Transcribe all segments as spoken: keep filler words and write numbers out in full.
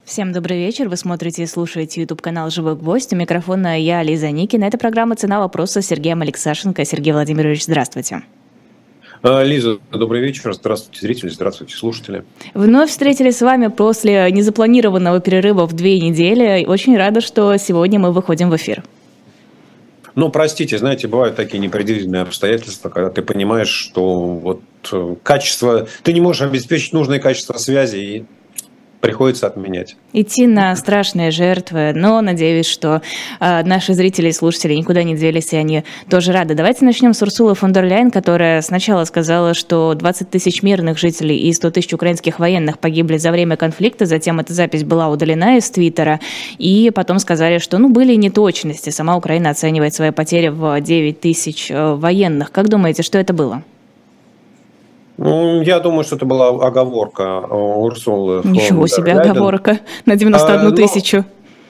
Всем добрый вечер. Вы смотрите и слушаете YouTube-канал «Живой гвоздь». У микрофона я, Лиза Никина. Это программа «Цена вопроса» с Сергеем Алексашенко. Сергей Владимирович, здравствуйте. Лиза, добрый вечер. Здравствуйте, зрители, здравствуйте, слушатели. Вновь встретились с вами после незапланированного перерыва в две недели. Очень рада, что сегодня мы выходим в эфир. Ну, простите, знаете, бывают такие непредвиденные обстоятельства, когда ты понимаешь, что вот качество, ты не можешь обеспечить нужное качество связи, и приходится отменять. Идти на страшные жертвы, но надеюсь, что э, наши зрители и слушатели никуда не делись, и они тоже рады. Давайте начнем с Урсулы фон дер Ляйен, которая сначала сказала, что двадцать тысяч мирных жителей и сто тысяч украинских военных погибли за время конфликта, затем эта запись была удалена из Твиттера, и потом сказали, что ну, были неточности. Сама Украина оценивает свои потери в девять тысяч э, военных. Как думаете, что это было? Ну, я думаю, что это была оговорка Урсулы. Ничего себе, оговорка на девяносто одну тысячу.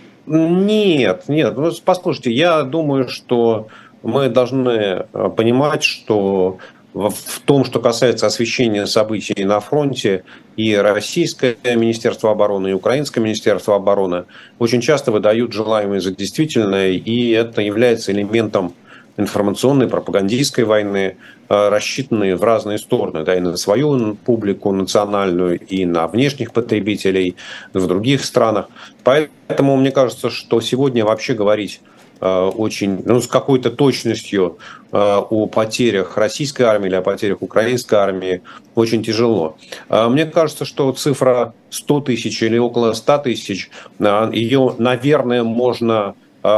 Нет, нет, ну, послушайте, я думаю, что мы должны понимать, что в том, что касается освещения событий на фронте, и Российское Министерство обороны, и Украинское Министерство обороны очень часто выдают желаемое за действительное, и это является элементом информационной, пропагандистской войны, рассчитанные в разные стороны, да, и на свою публику национальную, и на внешних потребителей в других странах. Поэтому мне кажется, что сегодня вообще говорить очень, ну, с какой-то точностью о потерях российской армии или о потерях украинской армии очень тяжело. Мне кажется, что цифра сто тысяч или около ста тысяч, ее, наверное, можно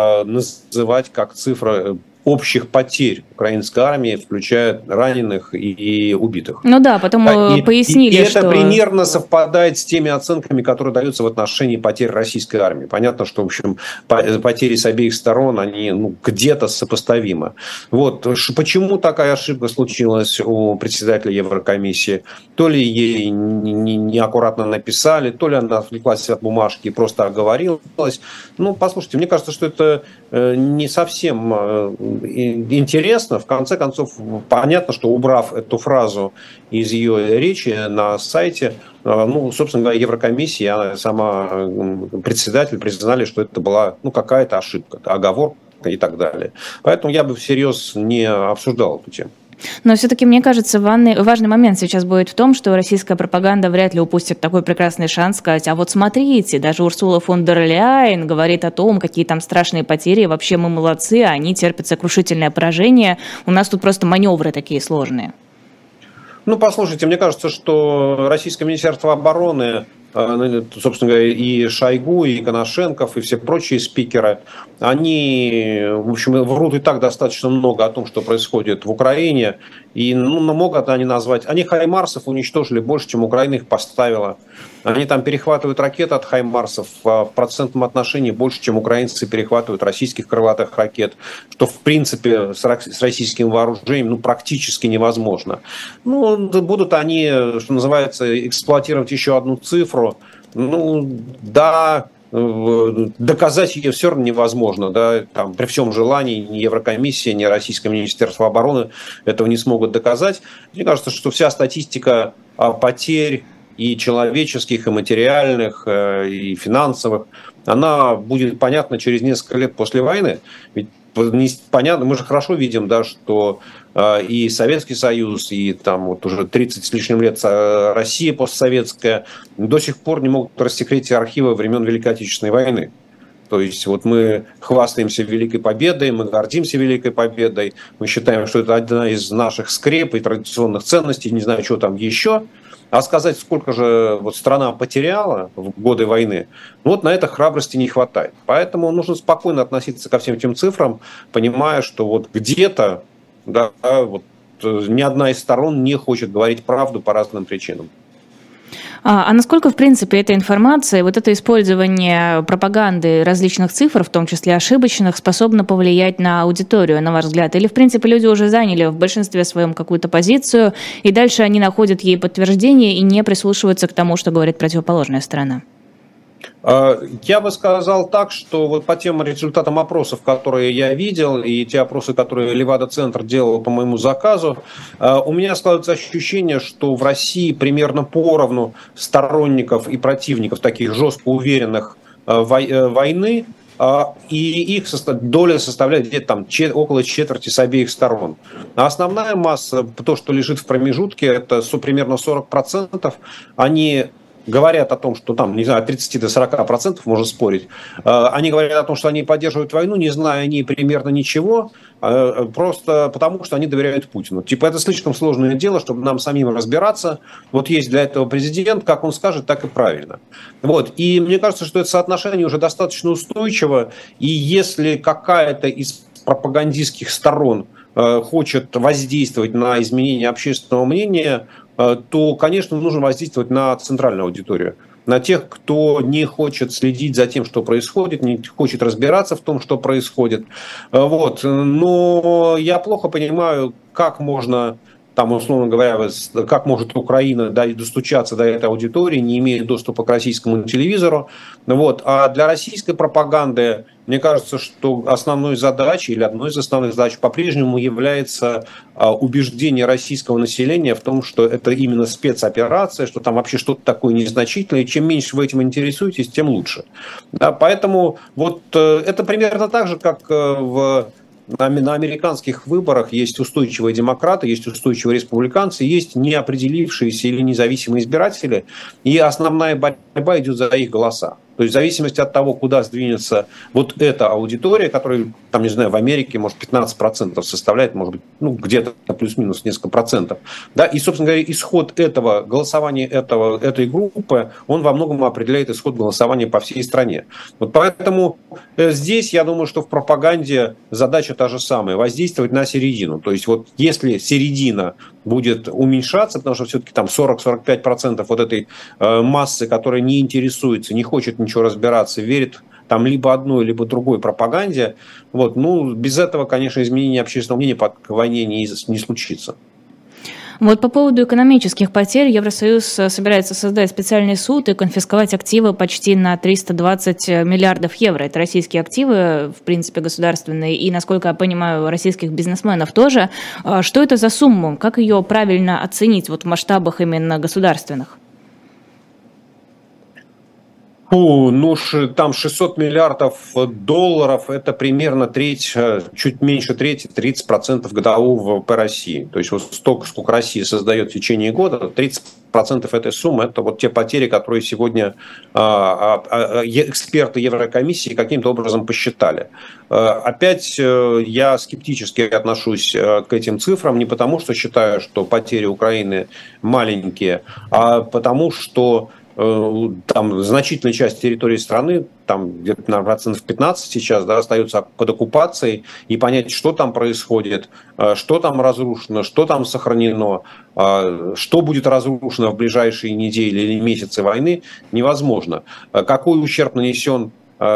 называть как цифра общих потерь украинской армии, включая раненых и убитых. Ну да, потом и, пояснили, и, и что... это примерно совпадает с теми оценками, которые даются в отношении потерь российской армии. Понятно, что, в общем, потери с обеих сторон, они ну, где-то сопоставимы. Вот. Почему такая ошибка случилась у председателя Еврокомиссии? То ли ей неаккуратно написали, то ли она отвлеклась от бумажки и просто оговорилась. Ну, послушайте, мне кажется, что это не совсем интересно. В конце концов, понятно, что убрав эту фразу из ее речи на сайте, ну, собственно говоря, Еврокомиссия, она сама председатель признали, что это была ну, какая-то ошибка, оговорка и так далее. Поэтому я бы всерьез не обсуждал эту тему. Но все-таки, мне кажется, важный, важный момент сейчас будет в том, что российская пропаганда вряд ли упустит такой прекрасный шанс сказать, а вот смотрите, даже Урсула фон дер Ляйен говорит о том, какие там страшные потери, вообще мы молодцы, а они терпят сокрушительное поражение, у нас тут просто маневры такие сложные. Ну, послушайте, мне кажется, что Российское Министерство обороны, собственно говоря, и Шойгу, и Коношенков, и все прочие спикеры, они, в общем, врут и так достаточно много о том, что происходит в Украине. И ну, могут они назвать... Они хаймарсов уничтожили больше, чем Украина их поставила. Они там перехватывают ракеты от хаймарсов в процентном отношении больше, чем украинцы перехватывают российских крылатых ракет, что, в принципе, с российским вооружением ну, практически невозможно. Ну, будут они, что называется, эксплуатировать еще одну цифру. Ну, да... Доказать ее все равно невозможно, да, там, при всем желании ни Еврокомиссия, ни Российское Министерство обороны этого не смогут доказать. Мне кажется, что вся статистика потерь и человеческих, и материальных, и финансовых, она будет понятна через несколько лет после войны. Ведь понятно, мы же хорошо видим, да, что и Советский Союз, и там вот уже тридцать с лишним лет Россия постсоветская до сих пор не могут рассекретить архивы времен Великой Отечественной войны. То есть вот мы хвастаемся Великой Победой, мы гордимся Великой Победой, мы считаем, что это одна из наших скреп и традиционных ценностей, не знаю, что там еще. А сказать, сколько же вот страна потеряла в годы войны, вот на это храбрости не хватает. Поэтому нужно спокойно относиться ко всем этим цифрам, понимая, что вот где-то да, вот, ни одна из сторон не хочет говорить правду по разным причинам. А, а насколько, в принципе, эта информация, вот это использование пропаганды различных цифр, в том числе ошибочных, способно повлиять на аудиторию, на ваш взгляд? Или, в принципе, люди уже заняли в большинстве своем какую-то позицию, и дальше они находят ей подтверждение и не прислушиваются к тому, что говорит противоположная сторона? Я бы сказал так, что вот по тем результатам опросов, которые я видел, и те опросы, которые Левада-центр делал по моему заказу, у меня складывается ощущение, что в России примерно поровну сторонников и противников таких жестко уверенных войны, и их доля составляет где-то там около четверти с обеих сторон. А основная масса, то, что лежит в промежутке, это примерно сорок процентов, они говорят о том, что там, не знаю, от тридцати до сорока процентов можно спорить. Они говорят о том, что они поддерживают войну, не зная они примерно ничего, просто потому, что они доверяют Путину. Типа, это слишком сложное дело, чтобы нам самим разбираться. Вот есть для этого президент, как он скажет, так и правильно. Вот. И мне кажется, что это соотношение уже достаточно устойчиво. И если какая-то из пропагандистских сторон хочет воздействовать на изменение общественного мнения, то, конечно, нужно воздействовать на центральную аудиторию, на тех, кто не хочет следить за тем, что происходит, не хочет разбираться в том, что происходит. Вот. Но я плохо понимаю, как можно, там, условно говоря, как может Украина достучаться до этой аудитории, не имея доступа к российскому телевизору. Вот. А для российской пропаганды, мне кажется, что основной задачей или одной из основных задач по-прежнему является убеждение российского населения в том, что это именно спецоперация, что там вообще что-то такое незначительное, и чем меньше вы этим интересуетесь, тем лучше. Да, поэтому вот это примерно так же, как в... На американских выборах есть устойчивые демократы, есть устойчивые республиканцы, есть неопределившиеся или независимые избиратели, и основная борьба идет за их голоса. То есть в зависимости от того, куда сдвинется вот эта аудитория, которая, там, не знаю, в Америке, может, пятнадцать процентов составляет, может быть, ну, где-то плюс-минус несколько процентов. Да? И, собственно говоря, исход этого, голосования этого, этой группы, он во многом определяет исход голосования по всей стране. Вот поэтому здесь, я думаю, что в пропаганде задача та же самая, воздействовать на середину. То есть вот если середина будет уменьшаться, потому что все-таки там сорок-сорок пять процентов вот этой э, массы, которая не интересуется, не хочет ничего разбираться, верит там либо одной, либо другой пропаганде, вот, ну, без этого, конечно, изменение общественного мнения по войне не, не случится. Вот по поводу экономических потерь Евросоюз собирается создать специальный суд и конфисковать активы почти на триста двадцать миллиардов евро. Это российские активы, в принципе, государственные, и, насколько я понимаю, российских бизнесменов тоже. Что это за сумма? Как ее правильно оценить вот в масштабах именно государственных? Фу, ну, там шестьсот миллиардов долларов, это примерно треть, чуть меньше трети, тридцать процентов годового ВВП России. То есть вот столько, сколько Россия создает в течение года, тридцать процентов этой суммы, это вот те потери, которые сегодня а, а, эксперты Еврокомиссии каким-то образом посчитали. А, опять я скептически отношусь к этим цифрам, не потому что считаю, что потери Украины маленькие, а потому что там значительная часть территории страны, там где-то на процентов пятнадцать сейчас, да, остается под оккупацией, и понять, что там происходит, что там разрушено, что там сохранено, что будет разрушено в ближайшие недели или месяцы войны, невозможно. Какой ущерб нанесен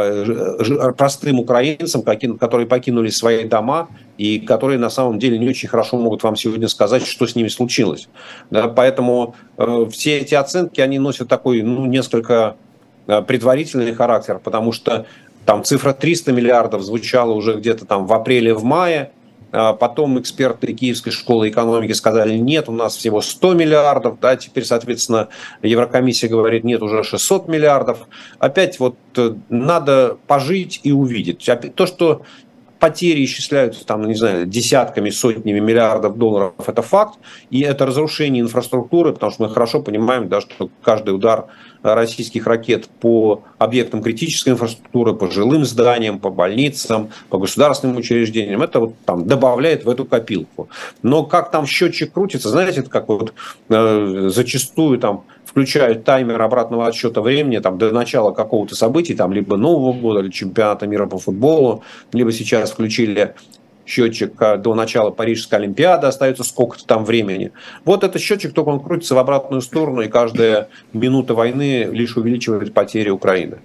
простым украинцам, которые покинули свои дома и которые на самом деле не очень хорошо могут вам сегодня сказать, что с ними случилось. Да, поэтому э, все эти оценки, они носят такой, ну, несколько э, предварительный характер, потому что там цифра триста миллиардов звучала уже где-то там в апреле, в мае. Потом эксперты Киевской школы экономики сказали, нет, у нас всего сто миллиардов, да, теперь, соответственно, Еврокомиссия говорит, нет, уже шестьсот миллиардов. Опять вот надо пожить и увидеть. То, что потери исчисляются там, не знаю, десятками, сотнями миллиардов долларов, это факт, и это разрушение инфраструктуры, потому что мы хорошо понимаем, да, что каждый удар российских ракет по объектам критической инфраструктуры, по жилым зданиям, по больницам, по государственным учреждениям, это вот там добавляет в эту копилку. Но как там счетчик крутится, знаете, это как вот э, зачастую там включают таймер обратного отсчета времени там, до начала какого-то события, там, либо Нового года, или чемпионата мира по футболу, либо сейчас включили счетчик до начала Парижской Олимпиады, остается сколько-то там времени. Вот этот счетчик, только он крутится в обратную сторону, и каждая минута войны лишь увеличивает потери Украины.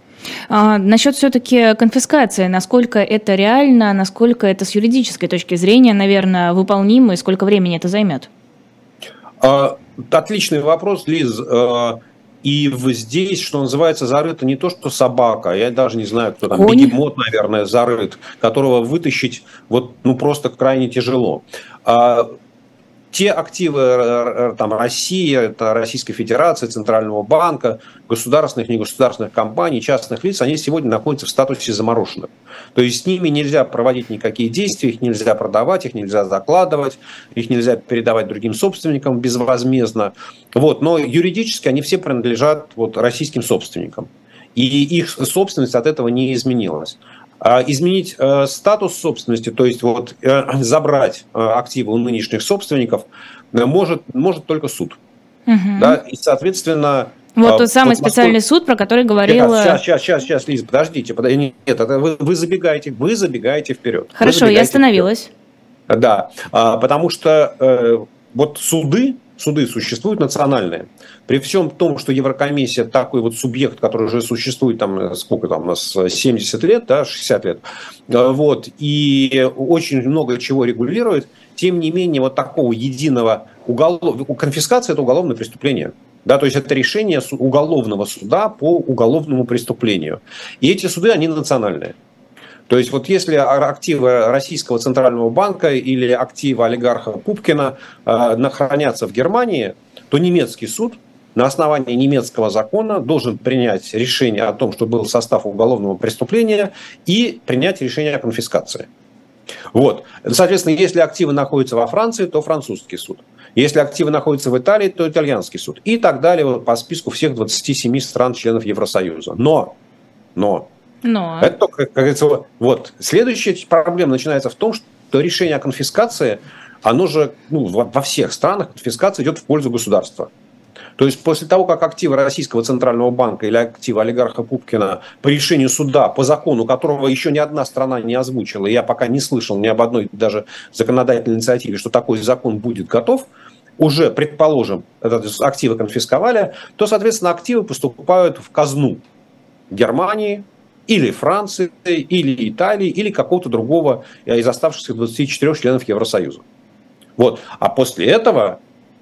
А, насчет все-таки конфискации, насколько это реально, насколько это с юридической точки зрения, наверное, выполнимо, и сколько времени это займет? Отличный вопрос, Лиз. И здесь, что называется, зарыта не то, что собака, я даже не знаю, кто там, Конь. бегемот, наверное, зарыт, которого вытащить вот, ну, просто крайне тяжело. Те активы там, России, это Российской Федерации, Центрального банка, государственных, негосударственных компаний, частных лиц, они сегодня находятся в статусе замороженных. То есть с ними нельзя проводить никакие действия, их нельзя продавать, их нельзя закладывать, их нельзя передавать другим собственникам безвозмездно. Вот. Но юридически они все принадлежат вот, российским собственникам. И их собственность от этого не изменилась. Изменить э, статус собственности, то есть вот, э, забрать э, активы у нынешних собственников, э, может, может только суд. Угу. Да? И, соответственно... Вот тот самый вот специальный Москва... суд, про который говорила... Сейчас, сейчас, сейчас, сейчас, Лиза, подождите. подождите. Нет, это вы, вы забегаете, вы забегаете вперед. Хорошо, забегаете я остановилась. Вперед. Да, а, потому что э, вот суды, суды существуют национальные. При всем том, что Еврокомиссия такой вот субъект, который уже существует там, сколько там у нас, семьдесят лет, да, шестьдесят лет, вот, и очень много чего регулирует, тем не менее вот такого единого уголовного... Конфискация – это уголовное преступление. Да, то есть это решение уголовного суда по уголовному преступлению. И эти суды, они национальные. То есть вот если активы Российского Центрального банка или активы олигарха Пупкина э, хранятся в Германии, то немецкий суд на основании немецкого закона должен принять решение о том, что был состав уголовного преступления, и принять решение о конфискации. Вот. Соответственно, если активы находятся во Франции, то французский суд. Если активы находятся в Италии, то итальянский суд. И так далее вот, по списку всех двадцати семи стран-членов Евросоюза. Но, но, но. Это только, как говорится, вот. Следующая проблема начинается в том, что решение о конфискации, оно же ну, во всех странах конфискация идет в пользу государства. То есть после того, как активы Российского Центрального банка или активы олигарха Пупкина по решению суда, по закону, которого еще ни одна страна не озвучила, я пока не слышал ни об одной даже законодательной инициативе, что такой закон будет готов, уже, предположим, активы конфисковали, то, соответственно, активы поступают в казну Германии, или Франции, или Италии, или какого-то другого из оставшихся двадцати четырёх членов Евросоюза. Вот. А после этого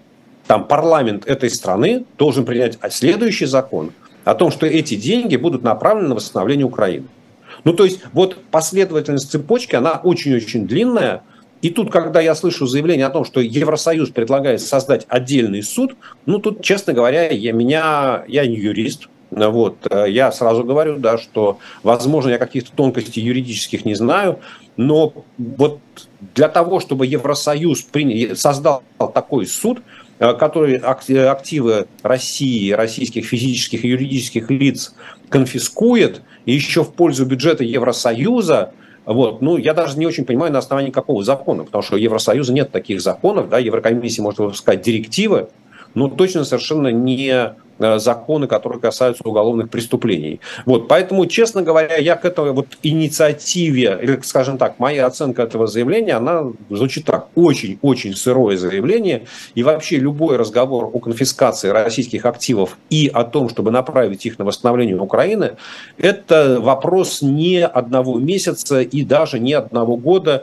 там парламент этой страны должен принять следующий закон о том, что эти деньги будут направлены на восстановление Украины. Ну, то есть, вот последовательность цепочки, она очень-очень длинная. И тут, когда я слышу заявление о том, что Евросоюз предлагает создать отдельный суд, ну, тут, честно говоря, я, меня, я не юрист. Вот, я сразу говорю, да, что, возможно, я каких-то тонкостей юридических не знаю, но вот для того, чтобы Евросоюз принял, создал такой суд, который активы России, российских физических и юридических лиц конфискует, и еще в пользу бюджета Евросоюза, вот, ну, я даже не очень понимаю, на основании какого закона, потому что у Евросоюза нет таких законов, да, Еврокомиссия может выпускать директивы, но точно совершенно не законы, которые касаются уголовных преступлений. Вот, поэтому, честно говоря, я к этой вот инициативе, или, скажем так, моя оценка этого заявления, она звучит так, очень-очень сырое заявление, и вообще любой разговор о конфискации российских активов и о том, чтобы направить их на восстановление Украины, это вопрос не одного месяца и даже не одного года,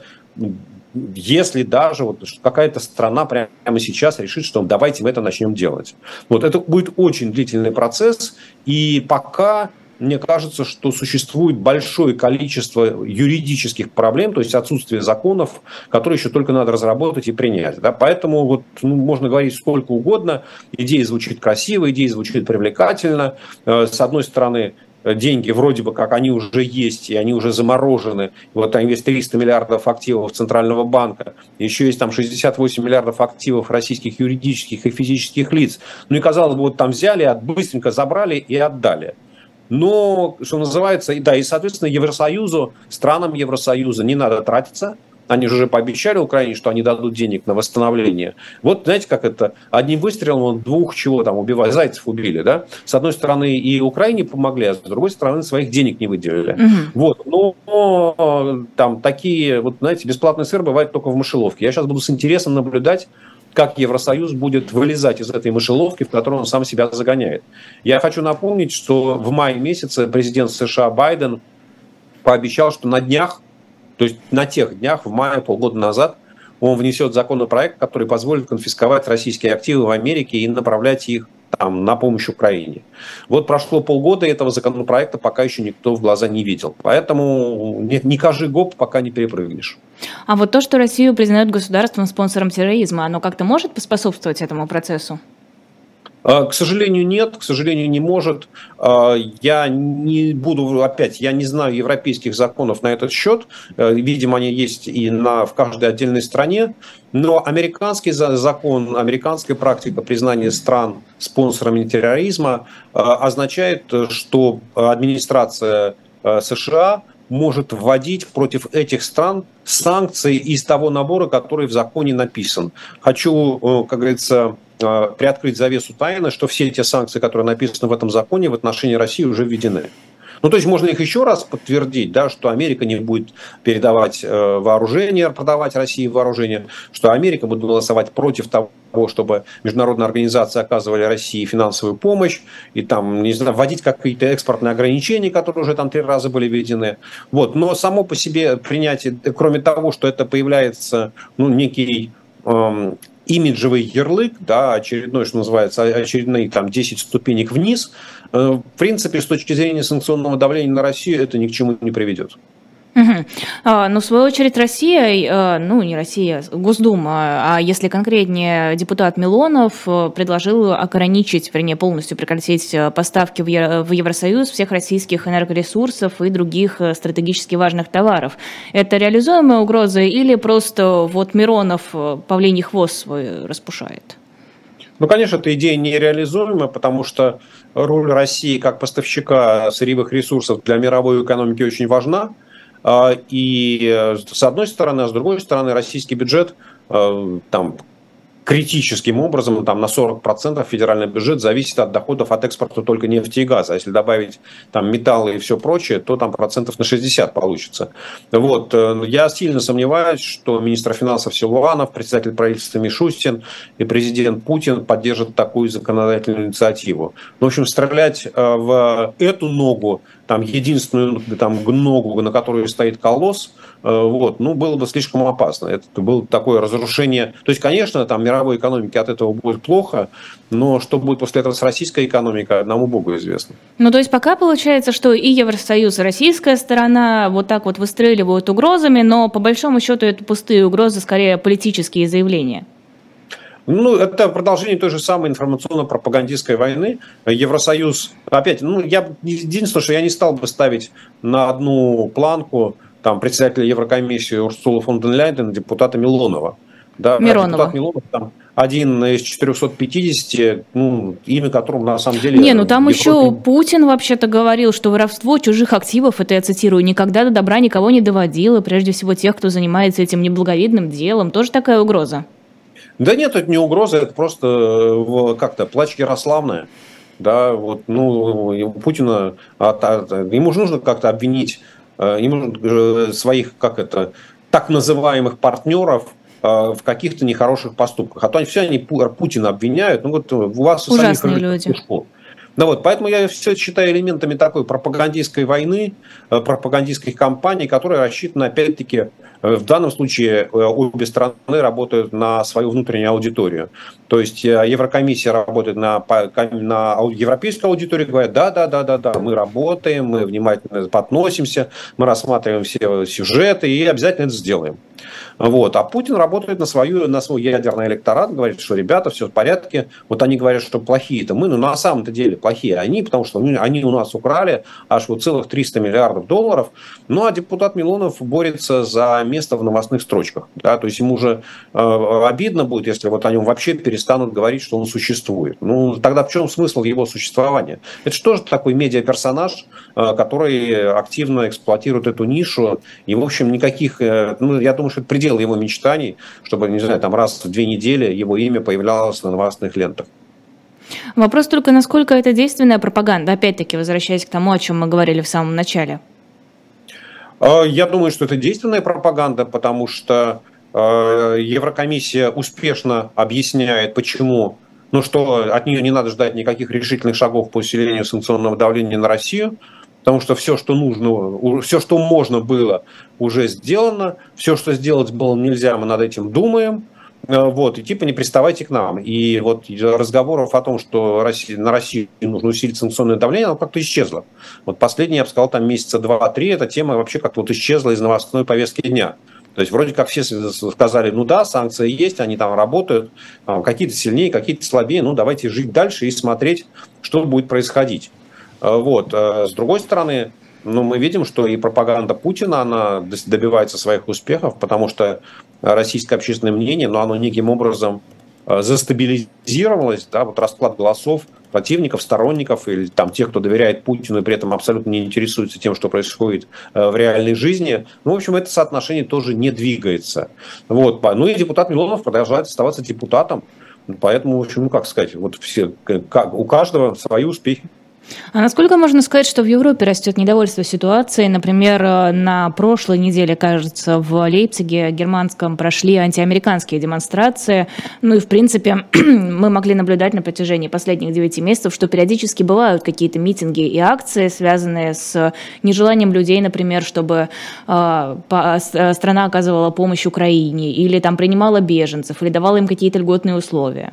если даже вот какая-то страна прямо сейчас решит, что давайте мы это начнем делать. Вот это будет очень длительный процесс, и пока мне кажется, что существует большое количество юридических проблем, то есть отсутствие законов, которые еще только надо разработать и принять. Да? Поэтому вот, ну, можно говорить сколько угодно, идея звучит красиво, идея звучит привлекательно. С одной стороны, деньги вроде бы как они уже есть, и они уже заморожены. Вот там есть триста миллиардов активов Центрального банка, еще есть там шестьдесят восемь миллиардов активов российских юридических и физических лиц. Ну и казалось бы, вот там взяли, быстренько забрали и отдали. Но, что называется, и да, и, соответственно, Евросоюзу, странам Евросоюза не надо тратиться. Они же уже пообещали Украине, что они дадут денег на восстановление. Вот, знаете, как это, одним выстрелом двух чего там убивали, зайцев убили, да? С одной стороны и Украине помогли, а с другой стороны своих денег не выделили. Угу. Вот, но там такие, вот, знаете, бесплатный сыр бывает только в мышеловке. Я сейчас буду с интересом наблюдать, как Евросоюз будет вылезать из этой мышеловки, в которую он сам себя загоняет. Я хочу напомнить, что в мае месяце президент США Байден пообещал, что на днях, то есть на тех днях, в мае, полгода назад, он внесет законопроект, который позволит конфисковать российские активы в Америке и направлять их там, на помощь Украине. Вот прошло полгода, и этого законопроекта пока еще никто в глаза не видел. Поэтому не, не кажи гоп, пока не перепрыгнешь. А вот то, что Россию признают государством-спонсором терроризма, оно как-то может поспособствовать этому процессу? К сожалению, нет, к сожалению, не может. Я не буду, опять, я не знаю европейских законов на этот счет. Видимо, они есть и на, в каждой отдельной стране. Но американский закон, американская практика признания стран спонсорами терроризма означает, что администрация США может вводить против этих стран санкции из того набора, который в законе написан. Хочу, как говорится, приоткрыть завесу тайны, что все эти санкции, которые написаны в этом законе, в отношении России уже введены. Ну, то есть можно их еще раз подтвердить, да, что Америка не будет передавать э, вооружение, продавать России вооружение, что Америка будет голосовать против того, чтобы международные организации оказывали России финансовую помощь, и там, не знаю, вводить какие-то экспортные ограничения, которые уже там три раза были введены. Вот. Но само по себе принятие, кроме того, что это появляется, ну, некий... Эм, имиджевый ярлык, да, очередной, что называется, очередные там десять ступенек вниз, в принципе, с точки зрения санкционного давления на Россию, это ни к чему не приведет. Угу. А, ну, в свою очередь, Россия, ну, не Россия, Госдума, а если конкретнее, депутат Милонов предложил ограничить, вернее, полностью прекратить поставки в Евросоюз всех российских энергоресурсов и других стратегически важных товаров. Это реализуемая угроза или просто вот Миронов павлиний хвост свой распушает? Ну, конечно, эта идея нереализуема, потому что роль России как поставщика сырьевых ресурсов для мировой экономики очень важна. И с одной стороны, а с другой стороны, российский бюджет там критическим образом, там на сорок процентов федеральный бюджет зависит от доходов от экспорта только нефти и газа. А если добавить там металлы и все прочее, то там процентов на шестьдесят получится. Вот. Я сильно сомневаюсь, что министр финансов Силуанов, председатель правительства Мишустин и президент Путин поддержат такую законодательную инициативу. В общем, стрелять в эту ногу, там единственную там, ногу, на которой стоит колосс, вот, ну, было бы слишком опасно. Это было такое разрушение. То есть, конечно, там мировой экономике от этого будет плохо, но что будет после этого с российской экономикой, одному Богу известно. Ну, то есть пока получается, что и Евросоюз, и российская сторона вот так вот выстреливают угрозами, но по большому счету это пустые угрозы, скорее политические заявления. Ну, это продолжение той же самой информационно-пропагандистской войны. Евросоюз, опять, ну, я единственное, что я не стал бы ставить на одну планку там, председателя Еврокомиссии Урсулы фон дер Ляйен, депутата Милонова. Да, Миронова. Депутат Милонов там один из четырехсот пятидесяти, ну, имя которого на самом деле... Не, ну там Европе... еще Путин вообще-то говорил, что воровство чужих активов, это я цитирую, никогда до добра никого не доводило, прежде всего тех, кто занимается этим неблаговидным делом. Тоже такая угроза? Да нет, это не угроза, это просто как-то плач Ярославная. Да, вот, ну, Путина, ему же нужно как-то обвинить ему, своих, как это, так называемых партнеров в каких-то нехороших поступках. А то они все они Путина обвиняют, ну вот у вас ужасные самих люди. Ну вот, поэтому я все это считаю элементами такой пропагандистской войны, пропагандистских кампаний, которые рассчитаны, опять-таки, в данном случае обе стороны работают на свою внутреннюю аудиторию. То есть Еврокомиссия работает на, на европейскую аудиторию, говорят, да, да, да, да, да, мы работаем, мы внимательно относимся, мы рассматриваем все сюжеты и обязательно это сделаем. Вот. А Путин работает на, свою, на свой ядерный электорат, говорит, что ребята, все в порядке. Вот они говорят, что плохие-то мы, но на самом-то деле плохие они, потому что они у нас украли аж вот целых триста миллиардов долларов. Ну а депутат Милонов борется за место в новостных строчках. Да? То есть ему уже э, обидно будет, если вот о нем вообще перестанут говорить, что он существует. Ну тогда в чем смысл его существования? Это же тоже такой медиаперсонаж, э, который активно эксплуатирует эту нишу. И в общем никаких, э, ну я думаю, что это предел его мечтаний, чтобы, не знаю, там раз в две недели его имя появлялось на новостных лентах. Вопрос только, насколько это действенная пропаганда, опять-таки, возвращаясь к тому, о чем мы говорили в самом начале. Я думаю, что это действенная пропаганда, потому что Еврокомиссия успешно объясняет, почему, ну что от нее не надо ждать никаких решительных шагов по усилению санкционного давления на Россию, потому что все, что нужно, все, что можно было, уже сделано. Все, что сделать было нельзя, мы над этим думаем. Вот, и типа не приставайте к нам. И вот разговоров о том, что Россия, на Россию нужно усилить санкционное давление, оно как-то исчезло. Вот последние, я бы сказал, там месяца два-три, эта тема вообще как-то вот исчезла из новостной повестки дня. То есть вроде как все сказали, ну да, санкции есть, они там работают, какие-то сильнее, какие-то слабее, ну давайте жить дальше и смотреть, что будет происходить. Вот. С другой стороны, ну, мы видим, что и пропаганда Путина, она добивается своих успехов, потому что российское общественное мнение, но оно неким образом застабилизировалось, да, вот расклад голосов противников, сторонников или там тех, кто доверяет Путину и при этом абсолютно не интересуется тем, что происходит в реальной жизни. Ну, в общем, это соотношение тоже не двигается. Вот. Ну и депутат Милонов продолжает оставаться депутатом, поэтому, в общем, ну, как сказать, вот все, как, у каждого свои успехи. А насколько можно сказать, что в Европе растет недовольство ситуацией? Например, на прошлой неделе, кажется, в Лейпциге германском прошли антиамериканские демонстрации. Ну и, в принципе, мы могли наблюдать на протяжении последних девяти месяцев, что периодически бывают какие-то митинги и акции, связанные с нежеланием людей, например, чтобы э, по, страна оказывала помощь Украине, или там принимала беженцев, или давала им какие-то льготные условия.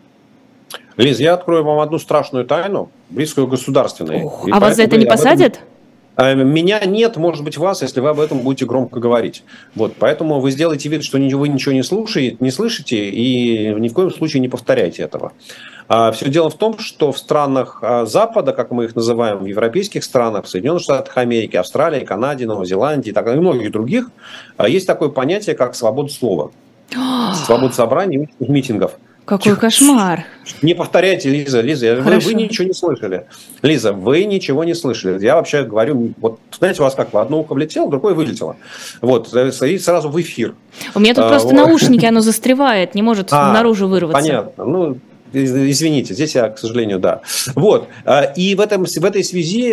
Лиз, я открою вам одну страшную тайну, близкую к государственной. Ох, а вас за это не посадят? Этом... Меня нет, может быть, вас, если вы об этом будете громко говорить. Вот, поэтому вы сделаете вид, что вы ничего не слушаете, не слышите, и ни в коем случае не повторяйте этого. А все дело в том, что в странах Запада, как мы их называем, в европейских странах, в Соединенных Штатах Америки, Австралии, Канаде, Новой Зеландии и так, и многих других, есть такое понятие, как свобода слова, свобода собраний и митингов. Какой кошмар. Не повторяйте, Лиза, Лиза, вы, вы ничего не слышали. Лиза, вы ничего не слышали. Я вообще говорю, вот знаете, у вас как, одно ухо влетело, другое вылетело. Вот, и сразу в эфир. У меня тут а, просто вот. наушники, оно застревает, не может а, наружу вырваться. Понятно, ну... Извините, здесь я, к сожалению, да. Вот. И в, этом, в этой связи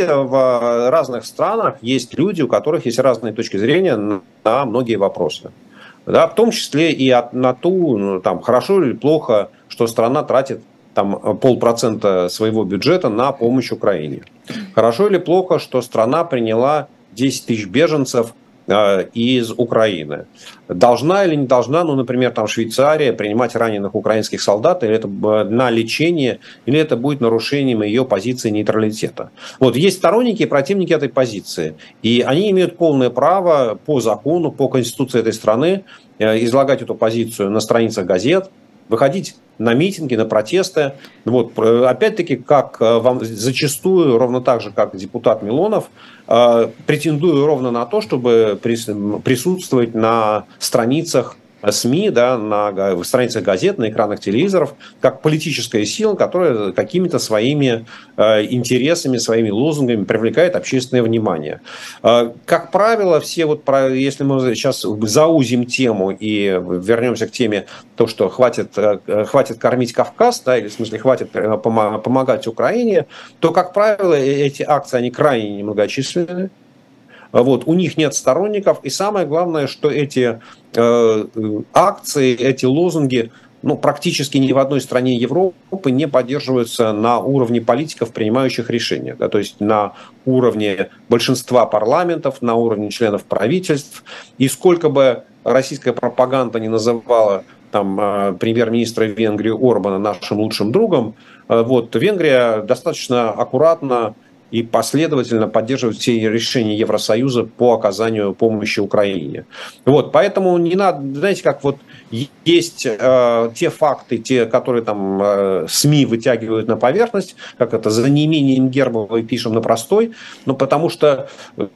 в разных странах есть люди, у которых есть разные точки зрения на многие вопросы. Да, в том числе и от, на ту, ну, там, хорошо или плохо, что страна тратит там, полпроцента своего бюджета на помощь Украине. Хорошо или плохо, что страна приняла десять тысяч беженцев э, из Украины. Должна или не должна, ну, например, там, Швейцария принимать раненых украинских солдат, или это на лечение, или это будет нарушением ее позиции нейтралитета. Вот, есть сторонники и противники этой позиции. И они имеют полное право по закону, по конституции этой страны э, излагать эту позицию на страницах газет, выходить на митинги, на протесты. Вот, опять-таки, как вам зачастую, ровно так же, как депутат Милонов, претендую ровно на то, чтобы присутствовать на страницах СМИ, да, на страницах газет, на экранах телевизоров, как политическая сила, которая какими-то своими э, интересами, своими лозунгами привлекает общественное внимание. Э, как правило, все вот, про, если мы сейчас заузим тему и вернемся к теме, то, что хватит, э, хватит кормить Кавказ, да, или в смысле хватит помогать Украине, то, как правило, эти акции, они крайне немногочисленны. Вот, у них нет сторонников, и самое главное, что эти э, акции, эти лозунги, ну, практически ни в одной стране Европы не поддерживаются на уровне политиков, принимающих решения, да, то есть на уровне большинства парламентов, на уровне членов правительств. И сколько бы российская пропаганда не называла там, э, премьер-министра Венгрии Орбана нашим лучшим другом, э, вот, Венгрия достаточно аккуратно и последовательно поддерживать все решения Евросоюза по оказанию помощи Украине. Вот, поэтому не надо, знаете, как вот есть э, те факты, те, которые там э, СМИ вытягивают на поверхность, как это за неимением Гербовой пишем на простой, но потому что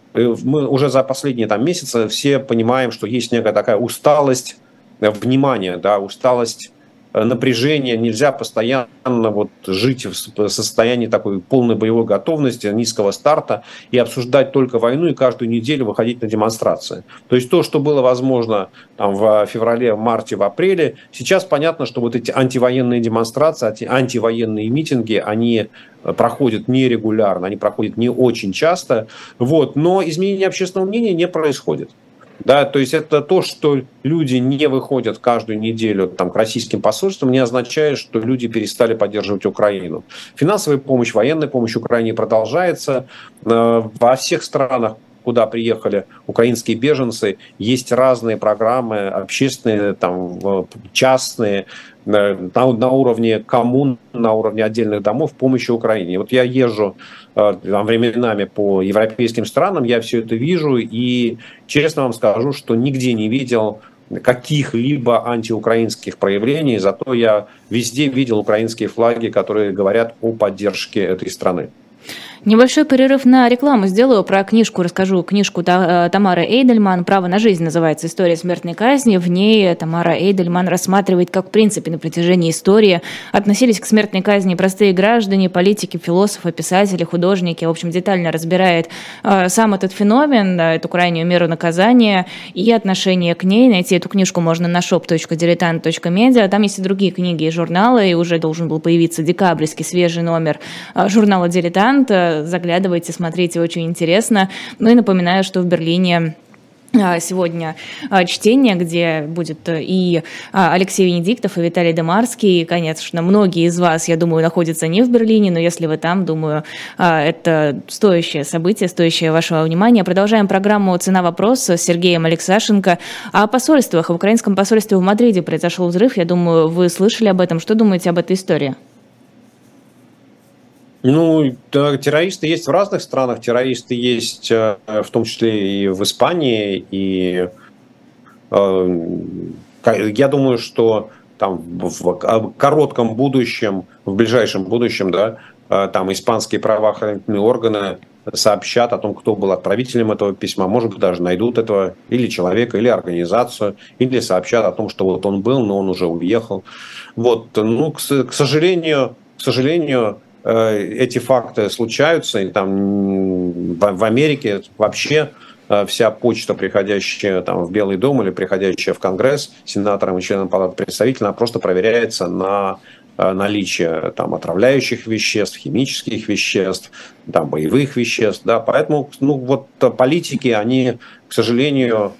мы уже за последние там месяцы все понимаем, что есть некая такая усталость внимания, да, усталость напряжение, нельзя постоянно вот жить в состоянии такой полной боевой готовности, низкого старта и обсуждать только войну и каждую неделю выходить на демонстрации. То есть то, что было возможно там, в феврале, в марте, в апреле, сейчас понятно, что вот эти антивоенные демонстрации, антивоенные митинги, они проходят нерегулярно, они проходят не очень часто, вот, но изменение общественного мнения не происходит. Да, то есть это то, что люди не выходят каждую неделю там, к российским посольствам, не означает, что люди перестали поддерживать Украину. Финансовая помощь, военная помощь Украине продолжается. Во всех странах куда приехали украинские беженцы, есть разные программы общественные, там, частные, на, на уровне коммун, на уровне отдельных домов помощи Украине. Вот я езжу там, временами по европейским странам, я все это вижу, и честно вам скажу, что нигде не видел каких-либо антиукраинских проявлений, зато я везде видел украинские флаги, которые говорят о поддержке этой страны. Небольшой перерыв на рекламу сделаю, про книжку расскажу. Книжку Тамары Эйдельман «Право на жизнь» называется «История смертной казни». В ней Тамара Эйдельман рассматривает, как в принципе на протяжении истории относились к смертной казни простые граждане, политики, философы, писатели, художники. В общем, детально разбирает сам этот феномен, эту крайнюю меру наказания и отношение к ней. Найти эту книжку можно на shop точка diletant точка media. Там есть и другие книги и журналы, и уже должен был появиться декабрьский свежий номер журнала «Дилетант». Заглядывайте, смотрите, очень интересно. Ну и напоминаю, что в Берлине сегодня чтение, где будет и Алексей Венедиктов, и Виталий Демарский. И, конечно, многие из вас, я думаю, находятся не в Берлине, но если вы там, думаю, это стоящее событие, стоящее вашего внимания. Продолжаем программу «Цена вопроса» с Сергеем Алексашенко. О посольствах. В украинском посольстве в Мадриде произошел взрыв. Я думаю, вы слышали об этом. Что думаете об этой истории? Ну, да, террористы есть в разных странах, террористы есть в том числе и в Испании, и э, я думаю, что там в коротком будущем, в ближайшем будущем, да, там испанские правоохранительные органы сообщат о том, кто был отправителем этого письма, может быть, даже найдут этого или человека, или организацию, или сообщат о том, что вот он был, но он уже уехал. Вот, ну, к, к сожалению, к сожалению, эти факты случаются, и там в Америке вообще вся почта, приходящая там в Белый дом или приходящая в Конгресс сенаторам и членам Палаты представителей, она просто проверяется на наличие там отравляющих веществ, химических веществ, там боевых веществ, да, поэтому, ну, вот политики, они, к сожалению,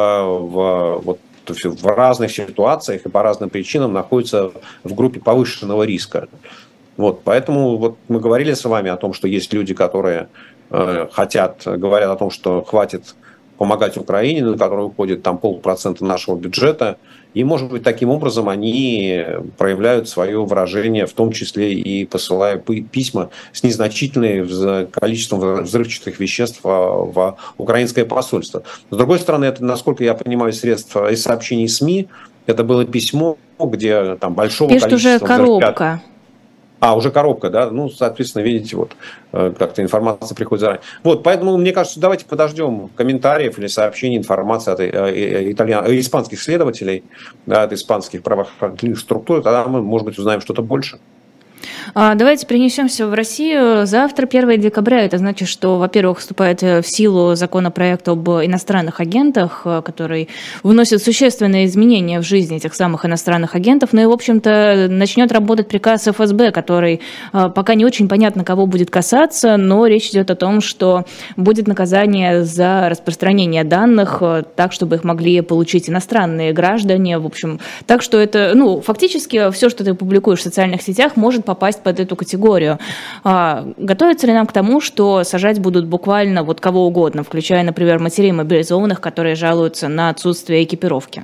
в, вот, в разных ситуациях и по разным причинам находятся в группе повышенного риска. Вот, поэтому вот мы говорили с вами о том, что есть люди, которые э, хотят, говорят о том, что хватит помогать Украине, на которую уходит там полпроцента нашего бюджета, и, может быть, таким образом они проявляют свое выражение, в том числе и посылая письма с незначительным количеством взрывчатых веществ в украинское посольство. С другой стороны, это, насколько я понимаю, средств из сообщений СМИ, это было письмо, где там большого Пишет количества... уже коробка. А, уже коробка, да? Ну, соответственно, видите, вот как-то информация приходит заранее. Вот, поэтому, мне кажется, давайте подождем комментариев или сообщений, информации от итальян... испанских следователей, да, от испанских правоохранительных структур, тогда мы, может быть, узнаем что-то больше. Давайте перенесемся в Россию. Завтра, первое декабря, это значит, что, во-первых, вступает в силу законопроект об иностранных агентах, который вносит существенные изменения в жизнь этих самых иностранных агентов. Ну и, в общем-то, начнет работать приказ эф эс бэ, который пока не очень понятно, кого будет касаться, но речь идет о том, что будет наказание за распространение данных так, чтобы их могли получить иностранные граждане. В общем, так что это, ну, фактически все, что ты публикуешь в социальных сетях, может попасть под эту категорию. А, готовится ли нам к тому, что сажать будут буквально вот кого угодно, включая, например, матерей мобилизованных, которые жалуются на отсутствие экипировки?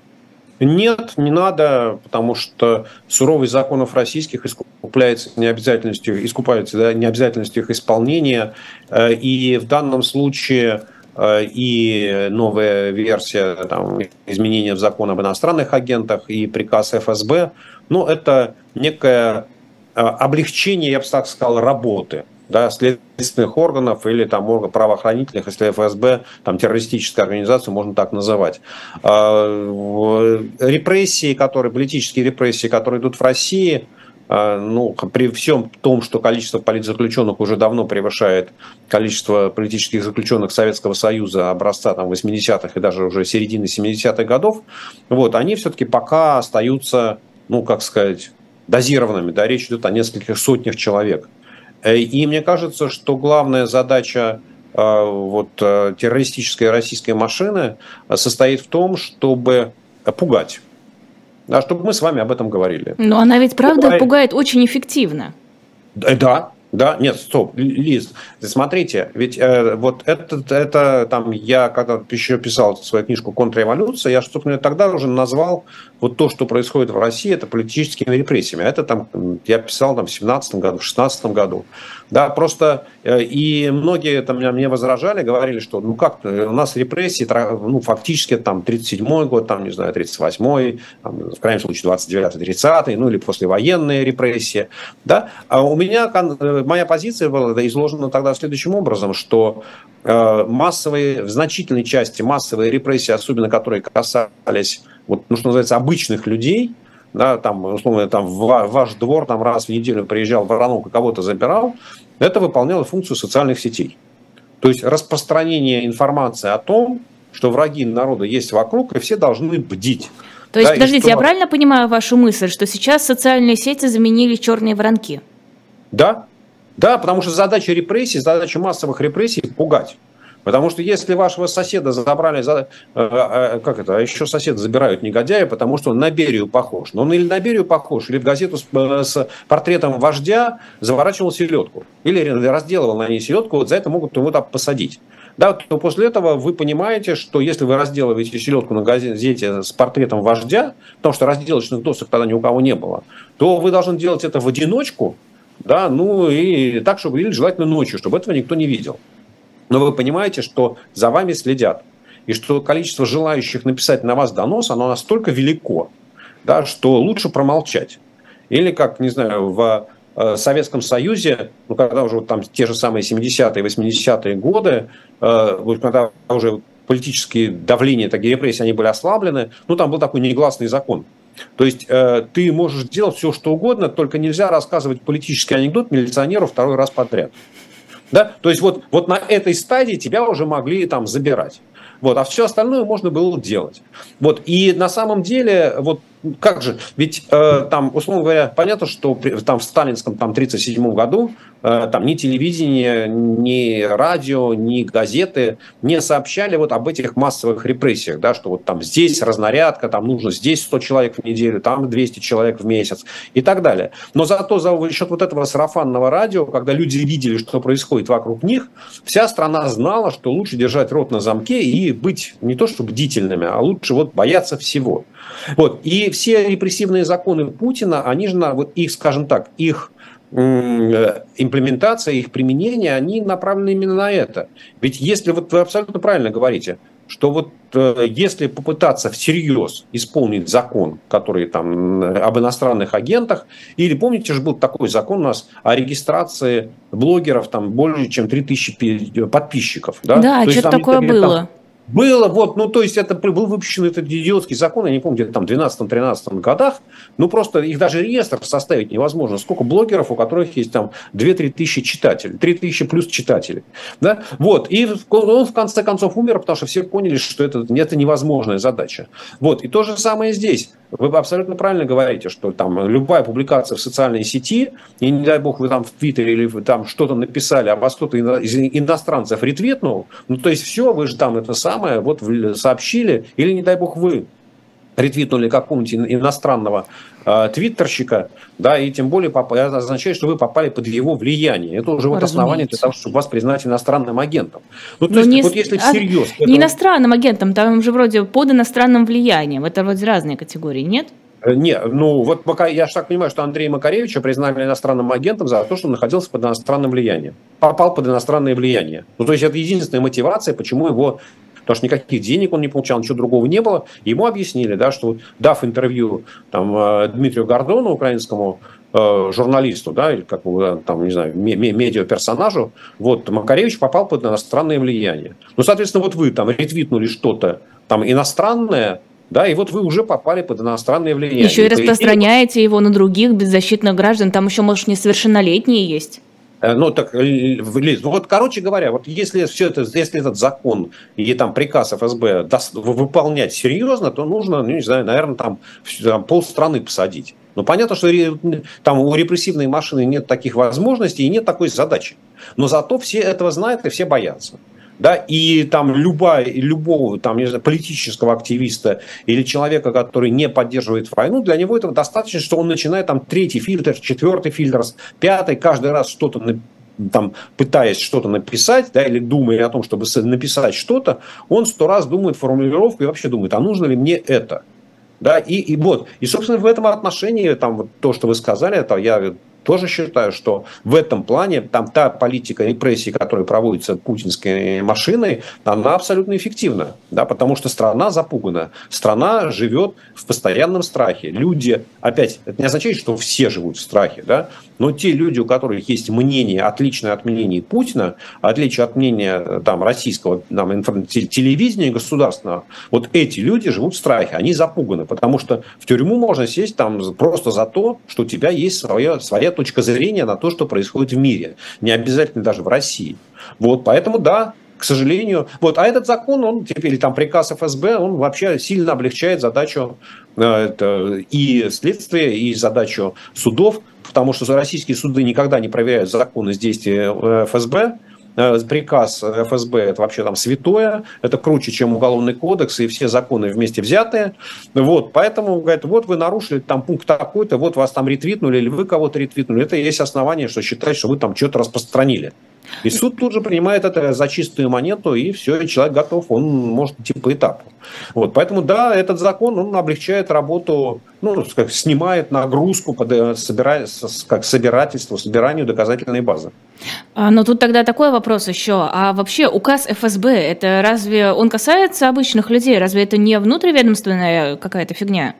Нет, не надо, потому что суровость законов российских искупляется необязательностью, искупается, да, необязательностью их исполнения. И в данном случае и новая версия там, изменения в закон об иностранных агентах, и приказ эф эс бэ, ну, это некое облегчение, я бы так сказал, работы, да, следственных органов или там органов правоохранительных, если эф эс бэ, там террористическую организацию можно так называть. Репрессии, которые, политические репрессии, которые идут в России, ну, при всем том, что количество политзаключенных уже давно превышает количество политических заключенных Советского Союза образца там, восьмидесятых и даже уже середины семидесятых годов, вот, они все-таки пока остаются, ну, как сказать, дозированными, да, речь идет о нескольких сотнях человек. И мне кажется, что главная задача вот, террористической российской машины состоит в том, чтобы пугать. Да, чтобы мы с вами об этом говорили. Но она ведь, правда, пугает, пугает очень эффективно. Да, Да, нет, стоп, Лиз, смотрите, ведь э, вот это, это там, я когда еще писал свою книжку «Контрреволюция», я, собственно, тогда уже назвал вот то, что происходит в России, это политическими репрессиями. Это там, я писал там в семнадцатом году, в шестнадцатом году. Да, просто, э, и многие там мне возражали, говорили, что, ну как, у нас репрессии, ну, фактически там тридцать седьмой год, там, не знаю, тридцать восьмой, там, в крайнем случае двадцать девятый тридцатый, ну, или послевоенные репрессии, да. А у меня моя позиция была изложена тогда следующим образом, что э, массовые, в значительной части массовые репрессии, особенно которые касались, вот, ну, что называется, обычных людей, да, там, условно, там, в ваш двор там, раз в неделю приезжал воронок и кого-то забирал, это выполняло функцию социальных сетей. То есть распространение информации о том, что враги народа есть вокруг, и все должны бдить. То есть, да, подождите, что... я правильно понимаю вашу мысль, что сейчас социальные сети заменили черные воронки? Да, да, потому что задача репрессий, задача массовых репрессий – пугать. Потому что если вашего соседа забрали, за, э, э, как это, а еще соседа забирают негодяя, потому что он на Берию похож. Но он или на Берию похож, или в газету с, с портретом вождя заворачивал селедку. Или разделывал на ней селедку, вот за это могут его там посадить. Да, то после этого вы понимаете, что если вы разделываете селедку на газете с портретом вождя, потому что разделочных досок тогда ни у кого не было, то вы должны делать это в одиночку, да, ну и так, чтобы, или желательно ночью, чтобы этого никто не видел. Но вы понимаете, что за вами следят, и что количество желающих написать на вас донос, оно настолько велико, да, что лучше промолчать. Или, как, не знаю, в э, Советском Союзе, ну, когда уже вот, там те же самые семидесятые, восьмидесятые годы, э, вот, когда уже политические давления, такие репрессии, они были ослаблены, ну, там был такой негласный закон. То есть э, ты можешь делать все, что угодно, только нельзя рассказывать политический анекдот милиционеру второй раз подряд. Да? То есть вот, вот на этой стадии тебя уже могли там забирать. Вот, а все остальное можно было делать. Вот, и на самом деле, вот как же, ведь э, там, условно говоря, понятно, что при, там в сталинском там, тридцать седьмом году э, там ни телевидение, ни радио, ни газеты не сообщали вот об этих массовых репрессиях, да, что вот там здесь разнарядка, там нужно здесь сто человек в неделю, там двести человек в месяц и так далее. Но зато за счет вот этого сарафанного радио, когда люди видели, что происходит вокруг них, вся страна знала, что лучше держать рот на замке и быть не то что бдительными, а лучше вот бояться всего. Вот. И все репрессивные законы Путина, они же, вот их, скажем так, их имплементация, их применение, они направлены именно на это. Ведь если, вот вы абсолютно правильно говорите, что вот э, если попытаться всерьез исполнить закон, который там об иностранных агентах, или помните же был такой закон у нас о регистрации блогеров, там более чем три тысячи подписчиков. Да, да, что-то такое было. Там... Было, вот, ну, то есть, это был выпущен этот идиотский закон, я не помню, где-то там в двенадцатом-тринадцатом годах, ну, просто их даже реестр составить невозможно. Сколько блогеров, у которых есть там две-три тысячи читателей, три тысячи плюс читателей, да, вот, и он в конце концов умер, потому что все поняли, что это, это невозможная задача. Вот, и то же самое здесь. Вы абсолютно правильно говорите, что там любая публикация в социальной сети, и не дай бог вы там в Твиттере или вы там что-то написали, а вас кто-то из иностранцев ретвитнул, ну, то есть все, вы же там это самое вот сообщили, или не дай бог вы ретвитнули какого-нибудь иностранного э, твиттерщика, да, и тем более поп- это означает, что вы попали под его влияние. Это уже вот основание для того, чтобы вас признать иностранным агентом. Ну, то Но есть, не, вот если всерьез... А, не это... иностранным агентом, там же вроде под иностранным влиянием. Это вроде разные категории, нет? Не, ну вот пока я же так понимаю, что Андрея Макаревича признали иностранным агентом за то, что он находился под иностранным влиянием. Попал под иностранное влияние. Ну, то есть это единственная мотивация, почему его... Потому что никаких денег он не получал, ничего другого не было. Ему объяснили, да, что дав интервью там, Дмитрию Гордону, украинскому э, журналисту, да, или как бы, там, не знаю, медиаперсонажу, вот, Макаревич попал под иностранное влияние. Ну, соответственно, вот вы там ретвитнули что-то там иностранное, да, и вот вы уже попали под иностранное влияние. Еще и распространяете его на других беззащитных граждан. Там еще, может, несовершеннолетние есть. Ну, так, Лиз, вот, короче говоря, вот если все это, если этот закон и там приказ эф эс бэ даст, выполнять серьезно, то нужно, ну, не знаю, наверное, там, там полстраны посадить. Ну, понятно, что там у репрессивной машины нет таких возможностей и нет такой задачи. Но зато все этого знают и все боятся. Да, и там любая, любого там, не знаю, политического активиста или человека, который не поддерживает войну, для него этого достаточно, что он начинает там третий фильтр, четвертый фильтр, пятый, каждый раз что-то там, пытаясь что-то написать, да, или думая о том, чтобы написать что-то, он сто раз думает формулировку и вообще думает, а нужно ли мне это? Да, и, и вот, и, собственно, в этом отношении, там, вот то, что вы сказали, это я тоже считаю, что в этом плане там та политика репрессий, которая проводится путинской машиной, она абсолютно эффективна, да, потому что страна запугана, страна живет в постоянном страхе. Люди, опять, это не означает, что все живут в страхе, да, но те люди, у которых есть мнение, отличное от мнений Путина, отличие от мнения там, российского там, телевидения государственного, вот эти люди живут в страхе, они запуганы, потому что в тюрьму можно сесть там просто за то, что у тебя есть своя, своя точка зрения на то, что происходит в мире. Не обязательно даже в России. Вот, поэтому, да, к сожалению. Вот, а этот закон, он, или там приказ эф эс бэ, он вообще сильно облегчает задачу э, это, и следствия, и задачу судов, потому что российские суды никогда не проверяют законность действия эф эс бэ. Приказ эф эс бэ – это вообще там святое, это круче, чем уголовный кодекс и все законы вместе взятые. Вот, поэтому, говорят, вот вы нарушили там пункт такой-то, вот вас там ретвитнули или вы кого-то ретвитнули. Это есть основание, что считать, что вы там что-то распространили. И суд тут же принимает это за чистую монету, и все, и человек готов, он может идти по этапу. Вот, поэтому, да, этот закон, он облегчает работу, ну, как, снимает нагрузку под собира... как собирательство, собиранию доказательной базы. А, но тут тогда такой вопрос еще. А вообще указ эф эс бэ, это разве он касается обычных людей? Разве это не внутриведомственная какая-то фигня?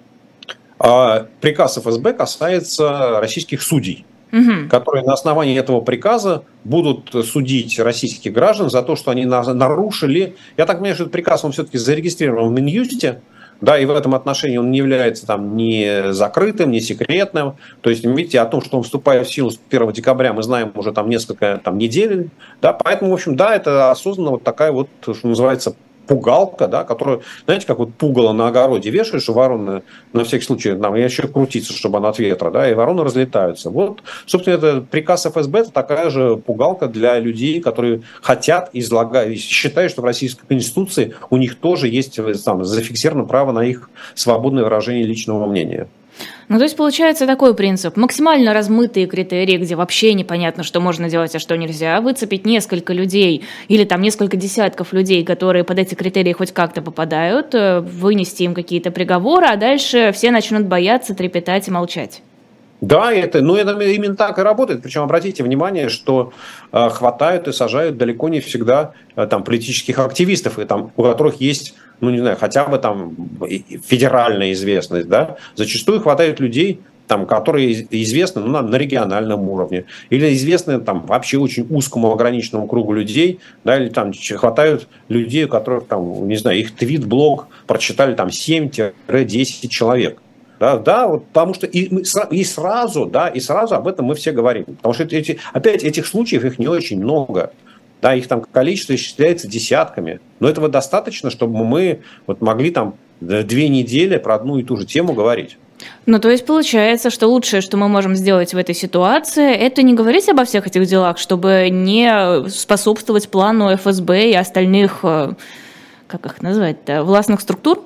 А, приказ эф эс бэ касается российских судей. Угу. Которые на основании этого приказа будут судить российских граждан за то, что они нарушили. Я так понимаю, что этот приказ, он все-таки зарегистрирован в Минюсте, да, и в этом отношении он не является там ни закрытым, ни секретным. То есть, видите, о том, что он вступает в силу с первого декабря, мы знаем уже там несколько там, недель. Да, поэтому, в общем, да, это осознанно вот такая вот, что называется, пугалка, да, которую, знаете, как вот пугало на огороде вешаешь, и вороны на всякий случай, нам еще крутится, чтобы она от ветра, да, и вороны разлетаются. Вот, собственно, это приказ эф эс бэ, это такая же пугалка для людей, которые хотят излагать, считают, что в Российской Конституции у них тоже есть там, зафиксировано право на их свободное выражение личного мнения. Ну, то есть получается такой принцип. Максимально размытые критерии, где вообще непонятно, что можно делать, а что нельзя. Выцепить несколько людей или там несколько десятков людей, которые под эти критерии хоть как-то попадают, вынести им какие-то приговоры, а дальше все начнут бояться, трепетать и молчать. Да, это, ну, это именно так и работает. Причем обратите внимание, что э, хватают и сажают далеко не всегда э, там, политических активистов, и, там, у которых есть, ну, не знаю, хотя бы там федеральная известность. Да? Зачастую хватает людей, там, которые известны ну, на, на региональном уровне, или известны там, вообще очень узкому ограниченному кругу людей, да, или там хватают людей, у которых, там, не знаю, их твит-блог прочитали там семь-десять человек. Да, да, вот, потому что и, и сразу, да, и сразу об этом мы все говорим. Потому что эти, опять этих случаев их не очень много. Да, их там количество исчисляется десятками. Но этого достаточно, чтобы мы вот могли там две недели про одну и ту же тему говорить. Ну, то есть получается, что лучшее, что мы можем сделать в этой ситуации, это не говорить обо всех этих делах, чтобы не способствовать плану эф эс бэ и остальных, как их назвать-то, властных структур?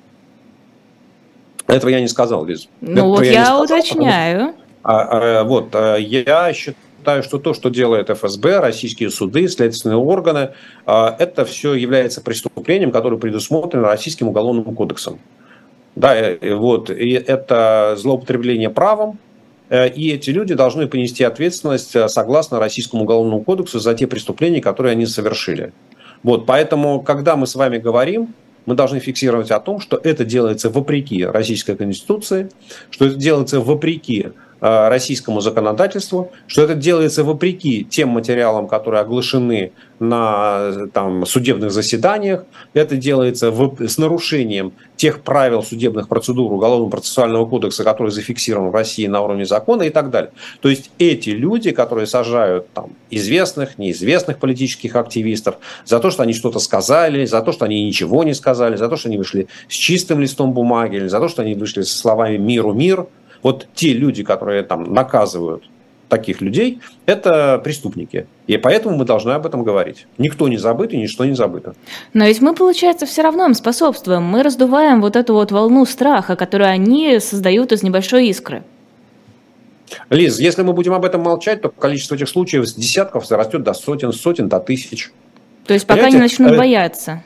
Этого я не сказал, Лиз. Ну Этого вот я, я сказал, уточняю. А, а, вот, а, я считаю, что то, что делает эф эс бэ, российские суды, следственные органы, а, это все является преступлением, которое предусмотрено Российским уголовным кодексом. Да, и, вот, и это злоупотребление правом, и эти люди должны понести ответственность согласно Российскому уголовному кодексу за те преступления, которые они совершили. Вот, поэтому, когда мы с вами говорим, мы должны фиксировать о том, что это делается вопреки Российской Конституции, что это делается вопреки э, российскому законодательству, что это делается вопреки тем материалам, которые оглашены на там, судебных заседаниях, это делается в, с нарушением тех правил судебных процедур Уголовного процессуального кодекса, который зафиксирован в России на уровне закона и так далее. То есть эти люди, которые сажают там, известных, неизвестных политических активистов за то, что они что-то сказали, за то, что они ничего не сказали, за то, что они вышли с чистым листом бумаги, или за то, что они вышли со словами «миру мир», вот те люди, которые там наказывают таких людей – это преступники. И поэтому мы должны об этом говорить. Никто не забыт и ничто не забыто. Но ведь мы, получается, все равно им способствуем. Мы раздуваем вот эту вот волну страха, которую они создают из небольшой искры. Лиз, если мы будем об этом молчать, то количество этих случаев с десятков растет до сотен, сотен до тысяч. То есть пока не начнут бояться.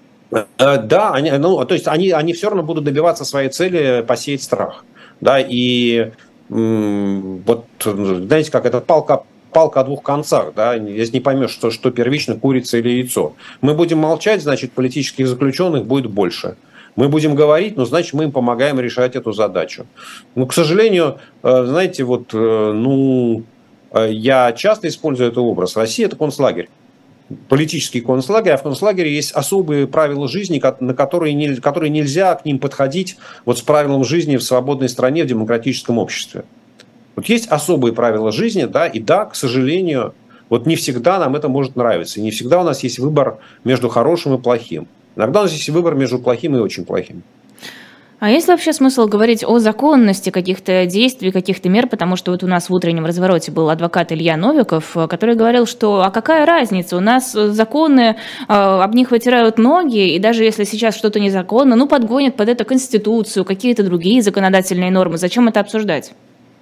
Да, они, ну, то есть они, они все равно будут добиваться своей цели посеять страх. Да, и м, вот, знаете, как это палка, палка о двух концах, да, если не поймешь, что, что первично, курица или яйцо. Мы будем молчать, значит, политических заключенных будет больше. Мы будем говорить, но значит, мы им помогаем решать эту задачу. Но, к сожалению, знаете, вот, ну, я часто использую этот образ. Россия – это концлагерь. Политический концлагерь, а в концлагере есть особые правила жизни, на которые, не, которые нельзя к ним подходить вот с правилом жизни в свободной стране, в демократическом обществе. Вот есть особые правила жизни, да, и да, к сожалению, вот не всегда нам это может нравиться, и не всегда у нас есть выбор между хорошим и плохим. Иногда у нас есть выбор между плохим и очень плохим. А есть вообще смысл говорить о законности каких-то действий, каких-то мер? Потому что вот у нас в утреннем развороте был адвокат Илья Новиков, который говорил, что а какая разница, у нас законы, об них вытирают ноги, и даже если сейчас что-то незаконно, ну подгонят под это Конституцию, какие-то другие законодательные нормы. Зачем это обсуждать?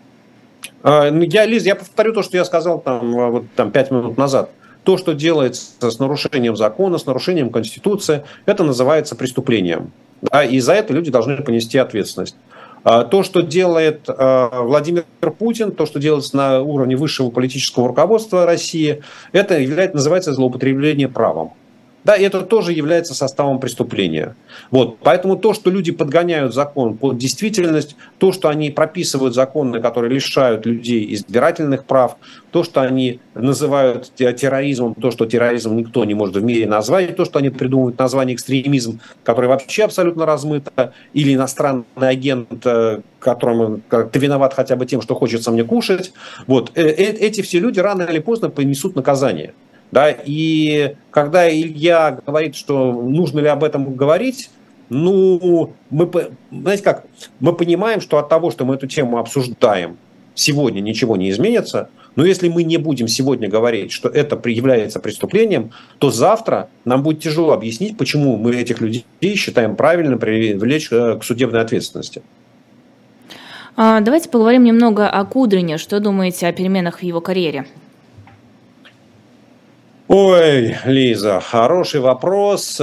Я, Лиз, я повторю то, что я сказал там, вот, там, пять минут назад. То, что делается с нарушением закона, с нарушением Конституции, это называется преступлением. Да, и за это люди должны понести ответственность. То, что делает Владимир Путин, то, что делается на уровне высшего политического руководства России, это является, называется злоупотребление правом. Да, и это тоже является составом преступления. Вот. Поэтому то, что люди подгоняют закон под действительность, то, что они прописывают законы, которые лишают людей избирательных прав, то, что они называют терроризмом, то, что терроризм никто не может в мире назвать, то, что они придумывают название экстремизм, которое вообще абсолютно размыто, или иностранный агент, которому ты виноват хотя бы тем, что хочется мне кушать. Вот. Эти все люди рано или поздно понесут наказание. Да, и когда Илья говорит, что нужно ли об этом говорить, ну, мы, знаете как, мы понимаем, что от того, что мы эту тему обсуждаем, сегодня ничего не изменится, но если мы не будем сегодня говорить, что это является преступлением, то завтра нам будет тяжело объяснить, почему мы этих людей считаем правильным привлечь к судебной ответственности. Давайте поговорим немного о Кудрине. Что думаете о переменах в его карьере? Ой, Лиза, хороший вопрос.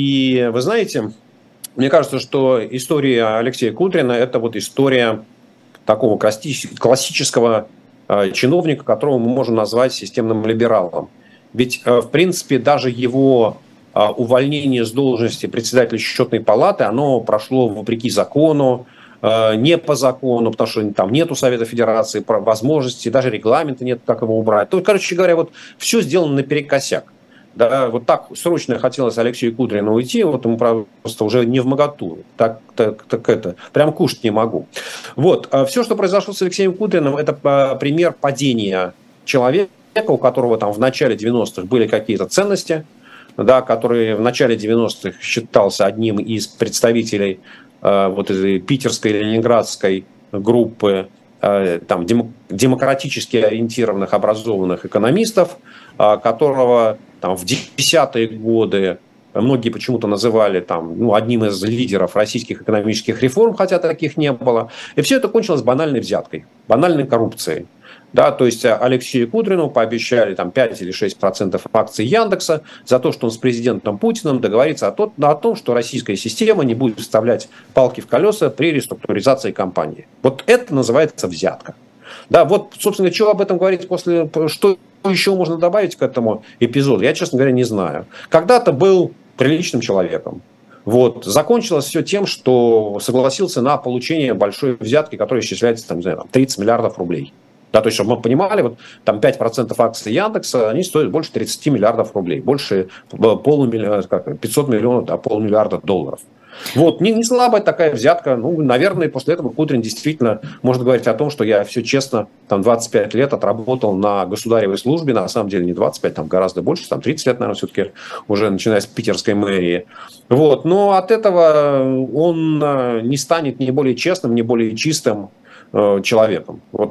И вы знаете, мне кажется, что история Алексея Кудрина – это вот история такого классического чиновника, которого мы можем назвать системным либералом. Ведь, в принципе, даже его увольнение с должности председателя счетной палаты, оно прошло вопреки закону, не по закону, потому что там нету Совета Федерации возможности, даже регламента нет, как его убрать. То, короче говоря, вот все сделано наперекосяк. Да, вот так срочно хотелось Алексею Кудрину уйти, вот ему просто уже не вмоготу. Так, так, так это, прям кушать не могу. Вот, все, что произошло с Алексеем Кудриным, это пример падения человека, у которого там в начале девяностых были какие-то ценности, да, который в начале девяностых считался одним из представителей вот этой питерской, ленинградской группы там, демократически ориентированных, образованных экономистов, которого там, в десятые годы многие почему-то называли там, ну, одним из лидеров российских экономических реформ, хотя таких не было. И все это кончилось банальной взяткой, банальной коррупцией. Да, то есть Алексею Кудрину пообещали там, пять или шесть процентов акций Яндекса за то, что он с президентом Путиным договорится о, том, о том, что российская система не будет вставлять палки в колеса при реструктуризации компании. Вот это называется взятка. Да, вот, собственно, что об этом говорить после, что еще можно добавить к этому эпизоду, я, честно говоря, не знаю. Когда-то был приличным человеком. Вот. Закончилось все тем, что согласился на получение большой взятки, которая исчисляется там, не знаю, тридцать миллиардов рублей. Да, то есть, чтобы мы понимали, вот там пять процентов акций Яндекса, они стоят больше тридцать миллиардов рублей, больше полумиллиарда, как, пятьсот миллионов, да, полмиллиарда долларов. Вот, не, не слабая такая взятка. Ну, наверное, после этого Кудрин действительно может говорить о том, что я все честно, там, двадцать пять лет отработал на государевой службе, на самом деле не двадцать пять, там гораздо больше, там тридцать лет, наверное, все-таки уже начиная с питерской мэрии. Вот, но от этого он не станет ни более честным, ни более чистым человеком. Вот.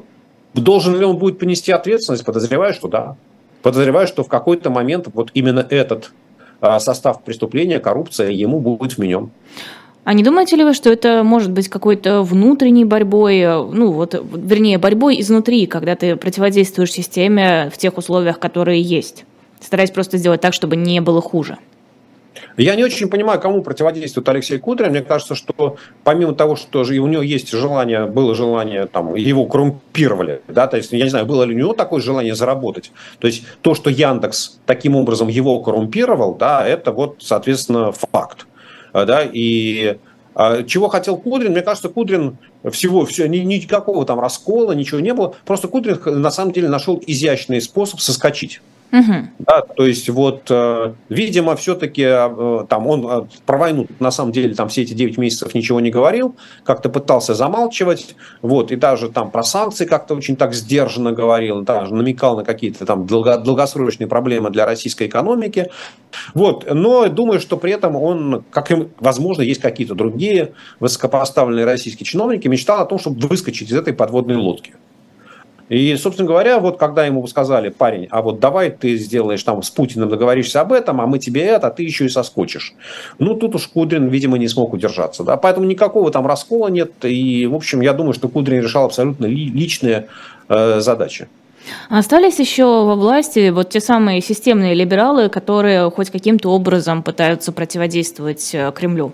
Должен ли он будет понести ответственность? Подозреваю, что да. Подозреваю, что в какой-то момент вот именно этот состав преступления, коррупция, ему будет вменен. А не думаете ли вы, что это может быть какой-то внутренней борьбой, ну вот, вернее, борьбой изнутри, когда ты противодействуешь системе в тех условиях, которые есть, стараясь просто сделать так, чтобы не было хуже? Я не очень понимаю, кому противодействует Алексей Кудрин. Мне кажется, что помимо того, что у него есть желание, было желание, там, его коррумпировали, да, то есть, я не знаю, было ли у него такое желание заработать. То есть, то, что Яндекс таким образом его коррумпировал, да, это вот, соответственно, факт. Да, и чего хотел Кудрин? Мне кажется, Кудрин всего, все, никакого там раскола, ничего не было. Просто Кудрин на самом деле нашел изящный способ соскочить. Угу. Да, то есть вот, видимо, все-таки там он про войну на самом деле там все эти девять месяцев ничего не говорил, как-то пытался замалчивать, вот, и даже там про санкции как-то очень так сдержанно говорил, даже намекал на какие-то там долго, долгосрочные проблемы для российской экономики, вот, но думаю, что при этом он, как и, возможно, есть какие-то другие высокопоставленные российские чиновники, мечтал о том, чтобы выскочить из этой подводной лодки. И, собственно говоря, вот когда ему сказали: парень, а вот давай ты сделаешь там с Путиным, договоришься об этом, а мы тебе это, а ты еще и соскочишь. Ну, тут уж Кудрин, видимо, не смог удержаться. Да? Поэтому никакого там раскола нет. И, в общем, я думаю, что Кудрин решал абсолютно ли, личные э, задачи. Остались еще во власти вот те самые системные либералы, которые хоть каким-то образом пытаются противодействовать Кремлю.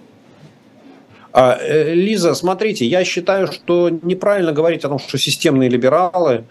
Лиза, смотрите, я считаю, что неправильно говорить о том, что системные либералы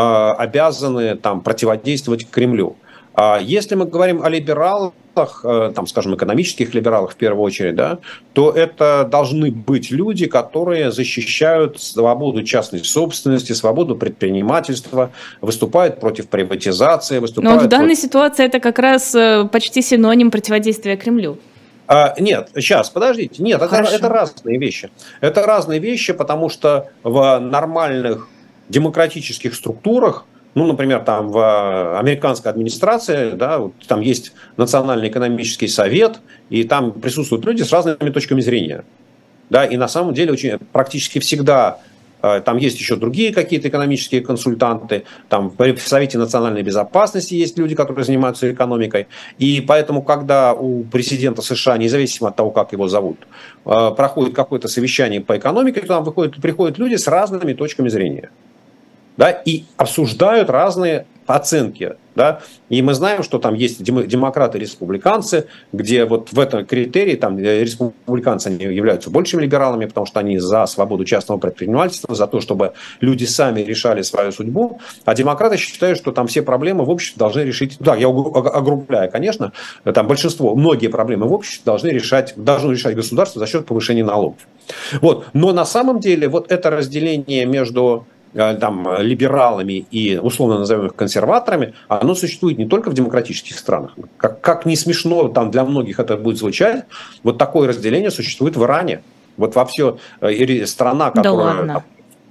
обязаны там противодействовать Кремлю. Если мы говорим о либералах, там, скажем, экономических либералах в первую очередь, да, то это должны быть люди, которые защищают свободу частной собственности, свободу предпринимательства, выступают против приватизации, выступают. Но вот в данной против... ситуации это как раз почти синоним противодействия Кремлю. А, нет, сейчас, подождите. Нет, это, это разные вещи. Это разные вещи, потому что в нормальных демократических структурах, ну, например, там в американской администрации, да, вот, там есть Национальный экономический совет, и там присутствуют люди с разными точками зрения. Да, и на самом деле очень, практически всегда там есть еще другие какие-то экономические консультанты, там в Совете национальной безопасности есть люди, которые занимаются экономикой. И поэтому, когда у президента США, независимо от того, как его зовут, проходит какое-то совещание по экономике, то там выходят, приходят люди с разными точками зрения. Да, и обсуждают разные оценки. Да? И мы знаем, что там есть демократы и республиканцы, где вот в этом критерии там республиканцы они являются большими либералами, потому что они за свободу частного предпринимательства, за то, чтобы люди сами решали свою судьбу, а демократы считают, что там все проблемы в обществе должны решить, да, я огрубляю, конечно, там большинство, многие проблемы в обществе должны решать, должно решать государство за счет повышения налогов. Вот. Но на самом деле вот это разделение между там, либералами и, условно назовем их, консерваторами, оно существует не только в демократических странах. Как, как не смешно там для многих это будет звучать, вот такое разделение существует в Иране. Вот во все страна, которая... Да ладно.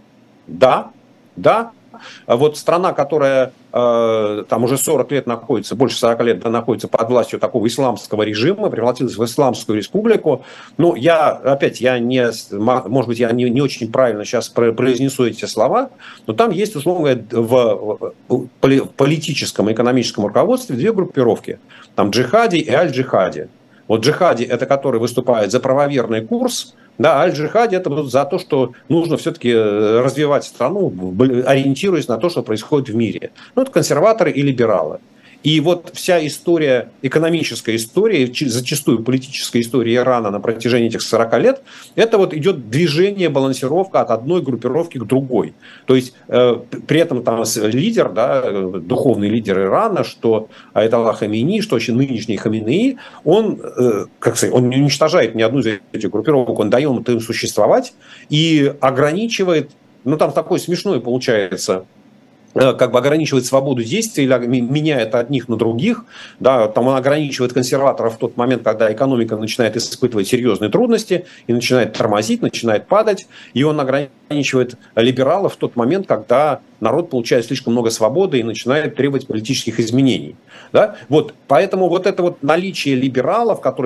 Да, да. Вот страна, которая э, там уже сорок лет находится, больше сорока лет находится под властью такого исламского режима, превратилась в исламскую республику. Ну, я, опять, я не, может быть, я не, не очень правильно сейчас произнесу эти слова, но там есть, условно говоря, в, в политическом и экономическом руководстве две группировки. Там джихади и аль-джихади. Вот джихади – это который выступает за правоверный курс, да, аль-джихади – это за то, что нужно все-таки развивать страну, ориентируясь на то, что происходит в мире. Ну, это консерваторы и либералы. И вот вся история, экономическая история, зачастую политическая история Ирана на протяжении этих сорока лет, это вот идет движение, балансировка от одной группировки к другой. То есть э, при этом там лидер, да, духовный лидер Ирана, что Аятолла Хаминеи, что вообще нынешний Хаминеи, он, э, как сказать, он не уничтожает ни одну из этих группировок, он дает им существовать и ограничивает, ну там такое смешное получается, как бы ограничивает свободу действий, или меняет одних на других. Да, там он ограничивает консерваторов в тот момент, когда экономика начинает испытывать серьезные трудности и начинает тормозить, начинает падать. И он ограничивает либералов в тот момент, когда народ получает слишком много свободы и начинает требовать политических изменений. Да? Вот, поэтому вот это вот наличие либералов, которые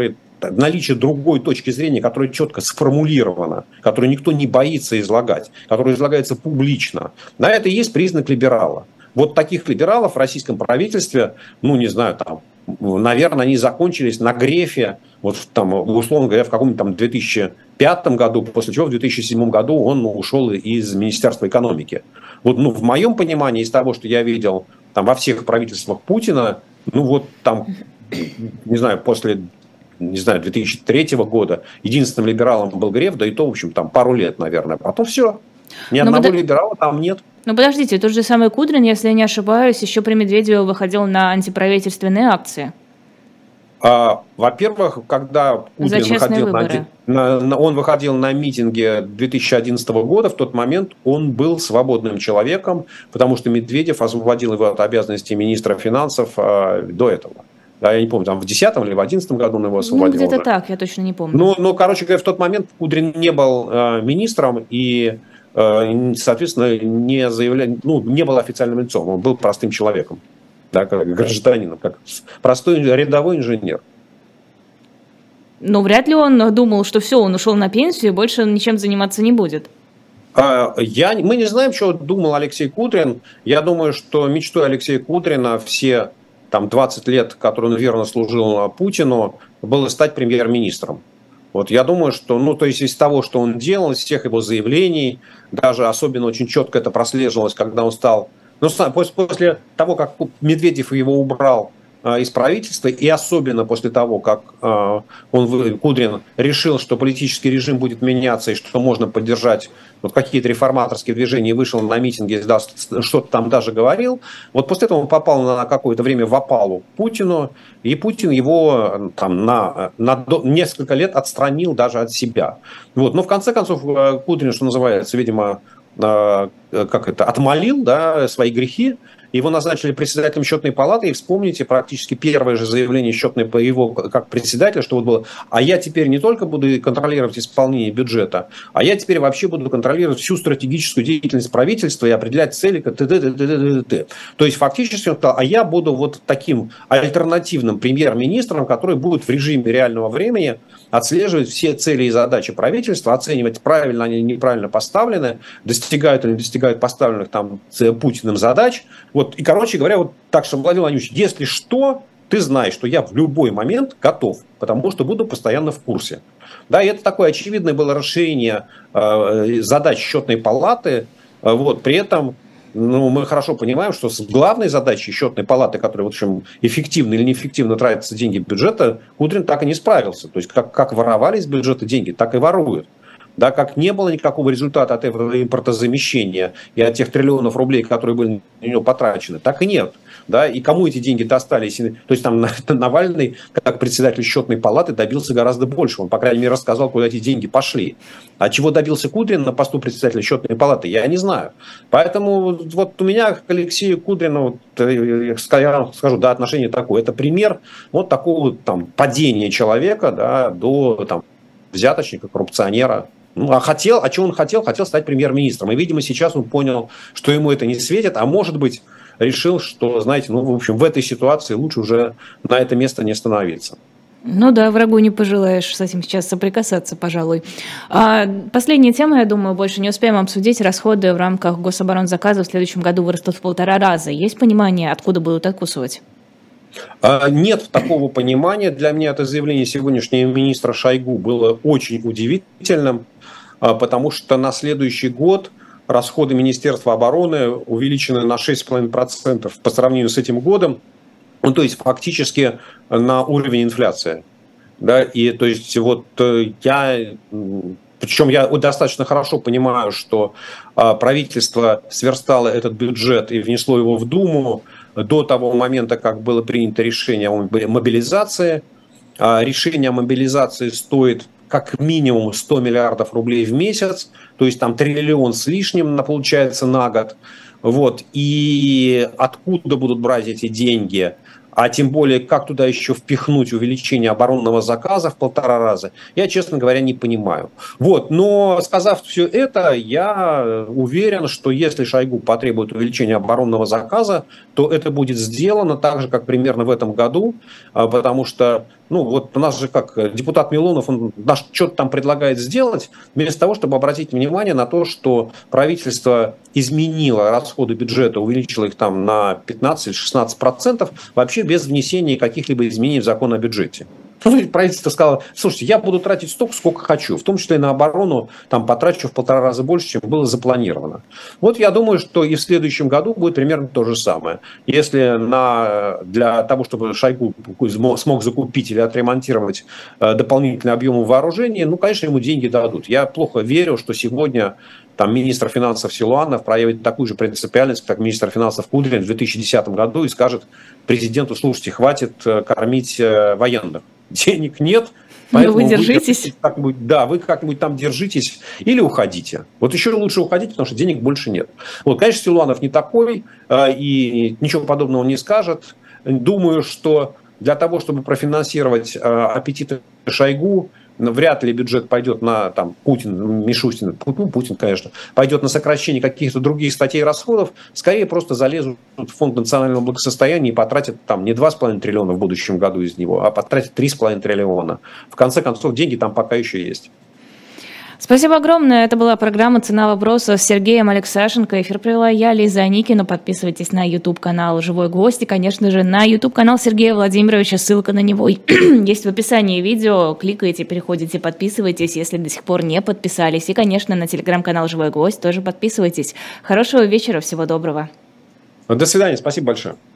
наличие другой точки зрения, которая четко сформулирована, которую никто не боится излагать, которая излагается публично, да, это и есть признак либерала. Вот таких либералов в российском правительстве, ну, не знаю, там, наверное, они закончились на Грефе, вот там, условно говоря, в каком-нибудь там две тысячи пятом году, после чего в две тысячи седьмом году он ушел из Министерства экономики. Вот, ну, в моем понимании, из того, что я видел там во всех правительствах Путина, ну, вот там, не знаю, после, не знаю, две тысячи третьего года единственным либералом был Греф, да и то, в общем, там пару лет, наверное. Потом все. Ни Но одного под... либерала там нет. Ну, подождите, тот же самый Кудрин, если я не ошибаюсь, еще при Медведеве выходил на антиправительственные акции. А, во-первых, когда Кудрин выходил на, на, на, он выходил на митинги две тысячи одиннадцатого года, в тот момент он был свободным человеком, потому что Медведев освободил его от обязанностей министра финансов а, до этого. Да, я не помню, там в десятом или в одиннадцатом году он его освободил. Ну, где-то уже. Так, я точно не помню. Ну, ну, короче говоря, в тот момент Кудрин не был а, министром и, а, соответственно, не заявлял, ну, не был официальным лицом, он был простым человеком. Да, как гражданином, как простой рядовой инженер. Но вряд ли он думал, что все, он ушел на пенсию и больше ничем заниматься не будет. Я, мы не знаем, что думал Алексей Кудрин. Я думаю, что мечтой Алексея Кудрина все там, двадцать лет, которые он верно служил Путину, было стать премьер-министром. Вот я думаю, что, ну, то есть из того, что он делал, из всех его заявлений, даже особенно очень четко это прослеживалось, когда он стал... Ну, после того, как Медведев его убрал из правительства, и особенно после того, как он, Кудрин решил, что политический режим будет меняться, и что можно поддержать вот какие-то реформаторские движения, вышел на митинги, да, что-то там даже говорил, вот после этого он попал на какое-то время в опалу Путину, и Путин его там, на, на несколько лет отстранил даже от себя. Вот. Но в конце концов Кудрин, что называется, видимо, как это, отмолил, да, свои грехи. Его назначили председателем счетной палаты, и вспомните практически первое же заявление счетной по его как председателя, что вот было: а я теперь не только буду контролировать исполнение бюджета, а я теперь вообще буду контролировать всю стратегическую деятельность правительства и определять цели. т.д. То есть фактически он сказал: а я буду вот таким альтернативным премьер-министром, который будет в режиме реального времени отслеживать все цели и задачи правительства, оценивать, правильно они или неправильно поставлены, достигают или не достигают поставленных там Путиным задач. Вот, и, короче говоря, вот так что, Владимир Владимирович, если что, ты знаешь, что я в любой момент готов, потому что буду постоянно в курсе. Да, и это такое очевидное было расширение э, задач счетной палаты. Вот, при этом, ну, мы хорошо понимаем, что с главной задачей счетной палаты, которая, в общем, эффективно или неэффективно тратятся деньги бюджета, Кудрин так и не справился. То есть, как, как воровали из бюджета деньги, так и воруют. Да, как не было никакого результата от этого импортозамещения и от тех триллионов рублей, которые были на него потрачены, так и нет. Да, и кому эти деньги достались? То есть там Навальный, как председатель счетной палаты, добился гораздо больше. Он, по крайней мере, рассказал, куда эти деньги пошли. А чего добился Кудрин на посту председателя счетной палаты, я не знаю. Поэтому вот у меня к Алексею Кудрину, вот, я скажу, да, отношение такое. Это пример вот такого там падения человека, да, до там, взяточника, коррупционера. Ну, а хотел, а что он хотел? Хотел стать премьер-министром. И, видимо, сейчас он понял, что ему это не светит, а может быть, решил, что, знаете, ну, в общем, в этой ситуации лучше уже на это место не становиться. Ну да, врагу не пожелаешь с этим сейчас соприкасаться, пожалуй. А последняя тема, я думаю, больше не успеем обсудить. Расходы в рамках гособоронзаказа в следующем году вырастут в полтора раза. Есть понимание, откуда будут откусывать? Нет такого понимания. Для меня это заявление сегодняшнего министра Шойгу было очень удивительным, потому что на следующий год расходы Министерства обороны увеличены на шесть целых пять десятых процента по сравнению с этим годом, ну, то есть фактически на уровень инфляции. Да, и то есть вот я, причем я достаточно хорошо понимаю, что правительство сверстало этот бюджет и внесло его в Думу до того момента, как было принято решение о мобилизации. Решение о мобилизации стоит как минимум сто миллиардов рублей в месяц, то есть там триллион с лишним получается на год. Вот. И откуда будут брать эти деньги? А тем более, как туда еще впихнуть увеличение оборонного заказа в полтора раза, я, честно говоря, не понимаю. Вот. Но, сказав все это, я уверен, что если Шойгу потребует увеличения оборонного заказа, то это будет сделано так же, как примерно в этом году, потому что Ну, вот у нас же как депутат Милонов, он наш что-то там предлагает сделать, вместо того, чтобы обратить внимание на то, что правительство изменило расходы бюджета, увеличило их там на пятнадцать или шестнадцать процентов, вообще без внесения каких-либо изменений в закон о бюджете. Ну, правительство сказало, слушайте, я буду тратить столько, сколько хочу, в том числе и на оборону, там потрачу в полтора раза больше, чем было запланировано. Вот я думаю, что и в следующем году будет примерно то же самое. Если на, для того, чтобы Шойгу смог закупить или отремонтировать дополнительные объемы вооружения, ну, конечно, ему деньги дадут. Я плохо верю, что сегодня там министр финансов Силуанов проявит такую же принципиальность, как министр финансов Кудрин в две тысячи десятом году и скажет президенту, слушайте, хватит кормить военных. Денег нет, поэтому вы держитесь. Вы как-нибудь, да, вы как-нибудь там держитесь или уходите. Вот еще лучше уходить, потому что денег больше нет. Вот, конечно, Силуанов не такой и ничего подобного не скажет. Думаю, что для того, чтобы профинансировать аппетиты Шойгу, вряд ли бюджет пойдет на там, Путин, Мишустин, ну, Путин, конечно, пойдет на сокращение каких-то других статей расходов, скорее просто залезут в фонд национального благосостояния и потратят там не два с половиной триллиона в будущем году из него, а потратят три с половиной триллиона. В конце концов, деньги там пока еще есть. Спасибо огромное. Это была программа «Цена вопроса» с Сергеем Алексашенко. Эфир провела я, Лиза Аникина. Подписывайтесь на YouTube-канал «Живой гвоздь» и, конечно же, на YouTube-канал Сергея Владимировича. Ссылка на него есть в описании видео. Кликайте, переходите, подписывайтесь, если до сих пор не подписались. И, конечно, на телеграм-канал «Живой гвоздь» тоже подписывайтесь. Хорошего вечера, всего доброго. До свидания, спасибо большое.